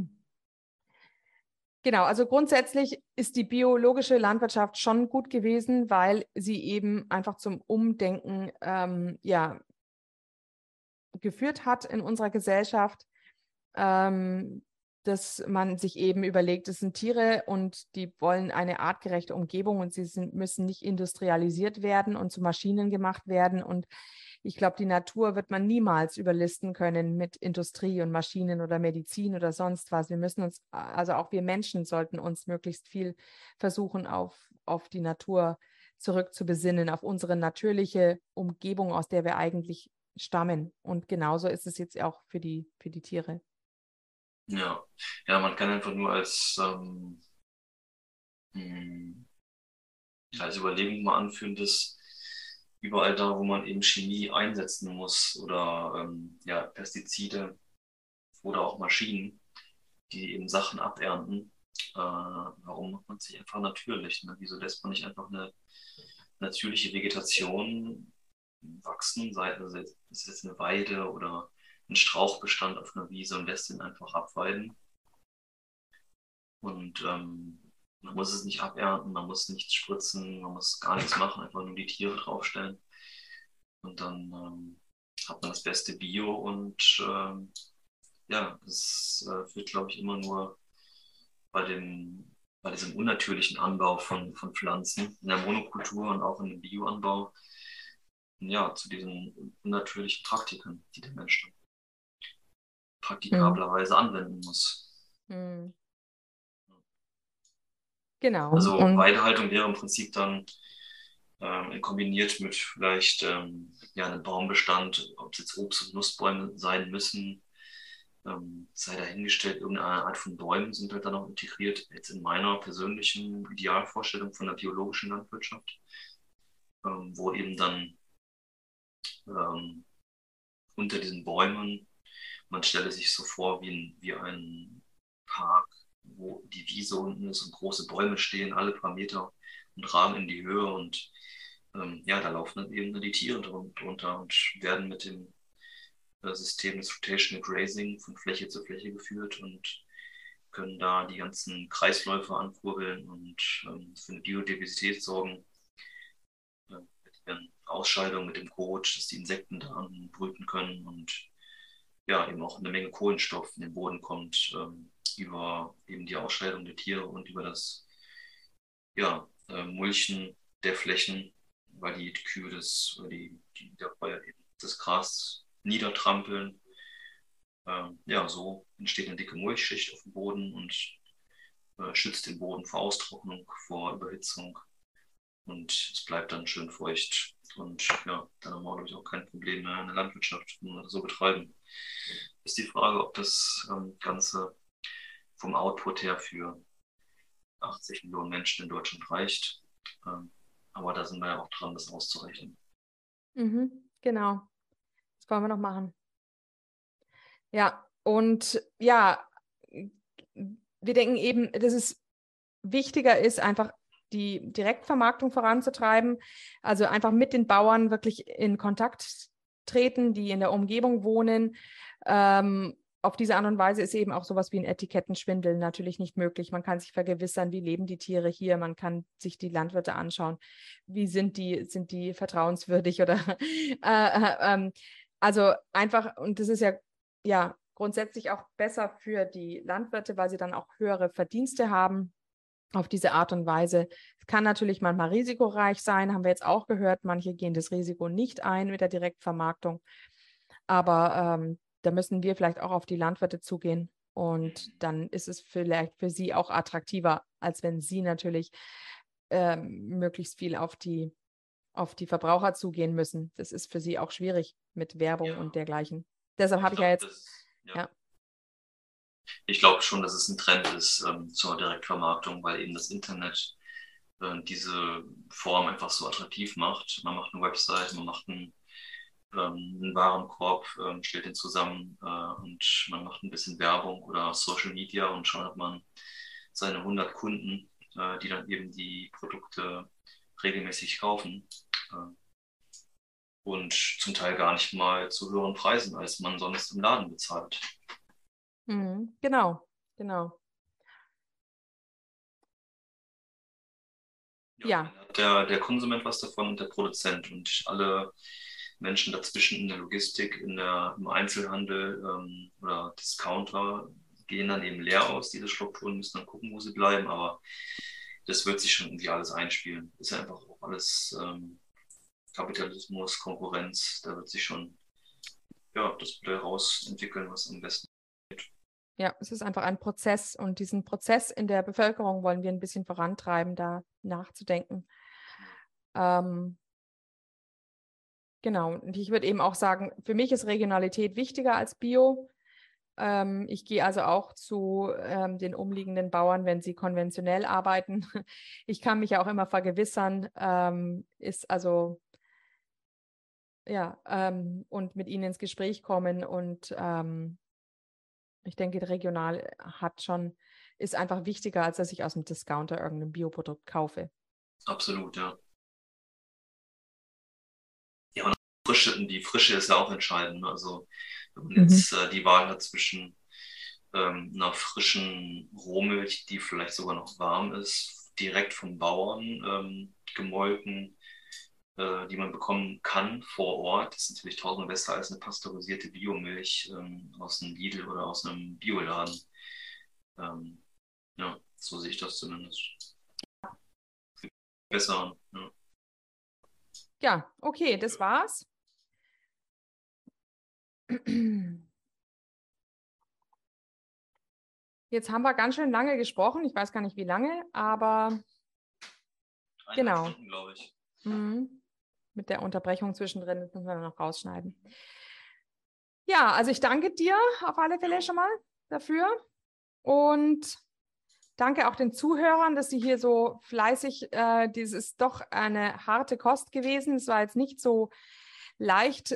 genau, also grundsätzlich ist die biologische Landwirtschaft schon gut gewesen, weil sie eben einfach zum Umdenken ja, geführt hat in unserer Gesellschaft, dass man sich eben überlegt, es sind Tiere und die wollen eine artgerechte Umgebung und müssen nicht industrialisiert werden und zu Maschinen gemacht werden. Und ich glaube, die Natur wird man niemals überlisten können mit Industrie und Maschinen oder Medizin oder sonst was. Wir müssen uns, also auch wir Menschen sollten uns möglichst viel versuchen, auf die Natur zurückzubesinnen, auf unsere natürliche Umgebung, aus der wir eigentlich stammen. Und genauso ist es jetzt auch für die Tiere. Ja. Ja, man kann einfach nur mh, als Überlegung mal anführen, dass überall da, wo man eben Chemie einsetzen muss oder ja, Pestizide oder auch Maschinen, die eben Sachen abernten, warum macht man es nicht einfach natürlich? Ne? Wieso lässt man nicht einfach eine natürliche Vegetation wachsen, sei es jetzt eine Weide oder ein Strauchbestand auf einer Wiese und lässt ihn einfach abweiden? Und man muss es nicht abernten, man muss nichts spritzen, man muss gar nichts machen, einfach nur die Tiere draufstellen. Und dann hat man das beste Bio und ja, das führt, glaube ich, immer nur bei bei diesem unnatürlichen Anbau von Pflanzen, in der Monokultur und auch in dem Bioanbau, ja, zu diesen unnatürlichen Praktiken, die der Mensch dann Mhm. praktikablerweise anwenden muss. Mhm. Genau. Also Und Weidehaltung wäre im Prinzip dann kombiniert mit vielleicht ja, einem Baumbestand, ob es jetzt Obst- und Nussbäume sein müssen, sei dahingestellt, irgendeine Art von Bäumen sind halt dann auch integriert, jetzt in meiner persönlichen Idealvorstellung von der biologischen Landwirtschaft, wo eben dann ähm, unter diesen Bäumen, man stelle sich so vor wie ein Park, wo die Wiese unten ist und große Bäume stehen, alle paar Meter und ragen in die Höhe und ja, da laufen dann eben die Tiere drunter und werden mit dem System des Rotational Grazing von Fläche zu Fläche geführt und können da die ganzen Kreisläufe ankurbeln und für eine Biodiversität sorgen mit ihren Ausscheidung mit dem Kot, dass die Insekten da brüten können und ja, eben auch eine Menge Kohlenstoff in den Boden kommt, über eben die Ausscheidung der Tiere und über das ja, Mulchen der Flächen, weil die Kühe die dabei eben das Gras niedertrampeln. Ja, so entsteht eine dicke Mulchschicht auf dem Boden und schützt den Boden vor Austrocknung, vor Überhitzung und es bleibt dann schön feucht. Und ja, dann haben wir, glaube ich, auch kein Problem mehr in der Landwirtschaft, wenn wir das so betreiben. Ist die Frage, ob das Ganze vom Output her für 80 Millionen Menschen in Deutschland reicht. Aber da sind wir ja auch dran, das auszurechnen. Genau, das wollen wir noch machen. Ja, und ja, wir denken eben, dass es wichtiger ist, einfach die Direktvermarktung voranzutreiben, also einfach mit den Bauern wirklich in Kontakt treten, die in der Umgebung wohnen. Auf diese Art und Weise ist eben auch sowas wie ein Etikettenschwindel natürlich nicht möglich. Man kann sich vergewissern, wie leben die Tiere hier, man kann sich die Landwirte anschauen, wie sind die vertrauenswürdig oder also einfach, und das ist ja grundsätzlich auch besser für die Landwirte, weil sie dann auch höhere Verdienste haben auf diese Art und Weise. Es kann natürlich manchmal risikoreich sein, haben wir jetzt auch gehört. Manche gehen das Risiko nicht ein mit der Direktvermarktung. Aber da müssen wir vielleicht auch auf die Landwirte zugehen. Und dann ist es vielleicht für sie auch attraktiver, als wenn sie natürlich möglichst viel auf die Verbraucher zugehen müssen. Das ist für sie auch schwierig mit Werbung und dergleichen. Deshalb habe ich ja jetzt... Ich glaube schon, dass es ein Trend ist zur Direktvermarktung, weil eben das Internet diese Form einfach so attraktiv macht. Man macht eine Website, man macht einen Warenkorb, stellt den zusammen und man macht ein bisschen Werbung oder Social Media und schon hat man seine 100 Kunden, die dann eben die Produkte regelmäßig kaufen und zum Teil gar nicht mal zu höheren Preisen, als man sonst im Laden bezahlt. Genau. Ja. Der Konsument was davon und der Produzent und alle Menschen dazwischen in der Logistik, im Einzelhandel oder Discounter gehen dann eben leer aus, diese Strukturen, müssen dann gucken, wo sie bleiben, aber das wird sich schon irgendwie alles einspielen. Ist ja einfach auch alles Kapitalismus, Konkurrenz, da wird sich schon das Modell rausentwickeln, was am besten geht. Ja, es ist einfach ein Prozess und diesen Prozess in der Bevölkerung wollen wir ein bisschen vorantreiben, da nachzudenken. Genau, und ich würde eben auch sagen, für mich ist Regionalität wichtiger als Bio. Ich gehe also auch zu den umliegenden Bauern, wenn sie konventionell arbeiten. Ich kann mich ja auch immer vergewissern, und mit ihnen ins Gespräch kommen. Und ich denke, regional ist einfach wichtiger, als dass ich aus dem Discounter irgendein Bioprodukt kaufe. Absolut, ja. Ja, und die Frische ist ja auch entscheidend. Also wenn man jetzt die Wahl hat zwischen einer frischen Rohmilch, die vielleicht sogar noch warm ist, direkt vom Bauern gemolken, die man bekommen kann vor Ort, das ist natürlich tausendmal besser als eine pasteurisierte Biomilch aus einem Lidl oder aus einem Bioladen. Ja, so sehe ich das zumindest. Besser. Ja. Ja, okay, das war's. Jetzt haben wir ganz schön lange gesprochen. Ich weiß gar nicht, wie lange, aber 3,5 genau. Stunden, glaube ich. Mit der Unterbrechung zwischendrin, das müssen wir noch rausschneiden. Ja, also ich danke dir auf alle Fälle schon mal dafür und danke auch den Zuhörern, dass sie hier so fleißig, das ist doch eine harte Kost gewesen. Es war jetzt nicht so leichtes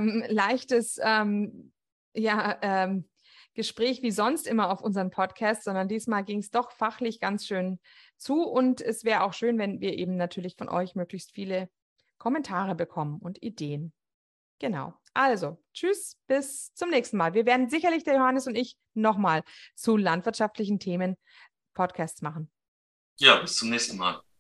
Gespräch wie sonst immer auf unseren Podcast, sondern diesmal ging es doch fachlich ganz schön zu und es wäre auch schön, wenn wir eben natürlich von euch möglichst viele Kommentare bekommen und Ideen. Genau. Also, tschüss, bis zum nächsten Mal. Wir werden sicherlich, der Johannes und ich, nochmal zu landwirtschaftlichen Themen Podcasts machen. Ja, bis zum nächsten Mal.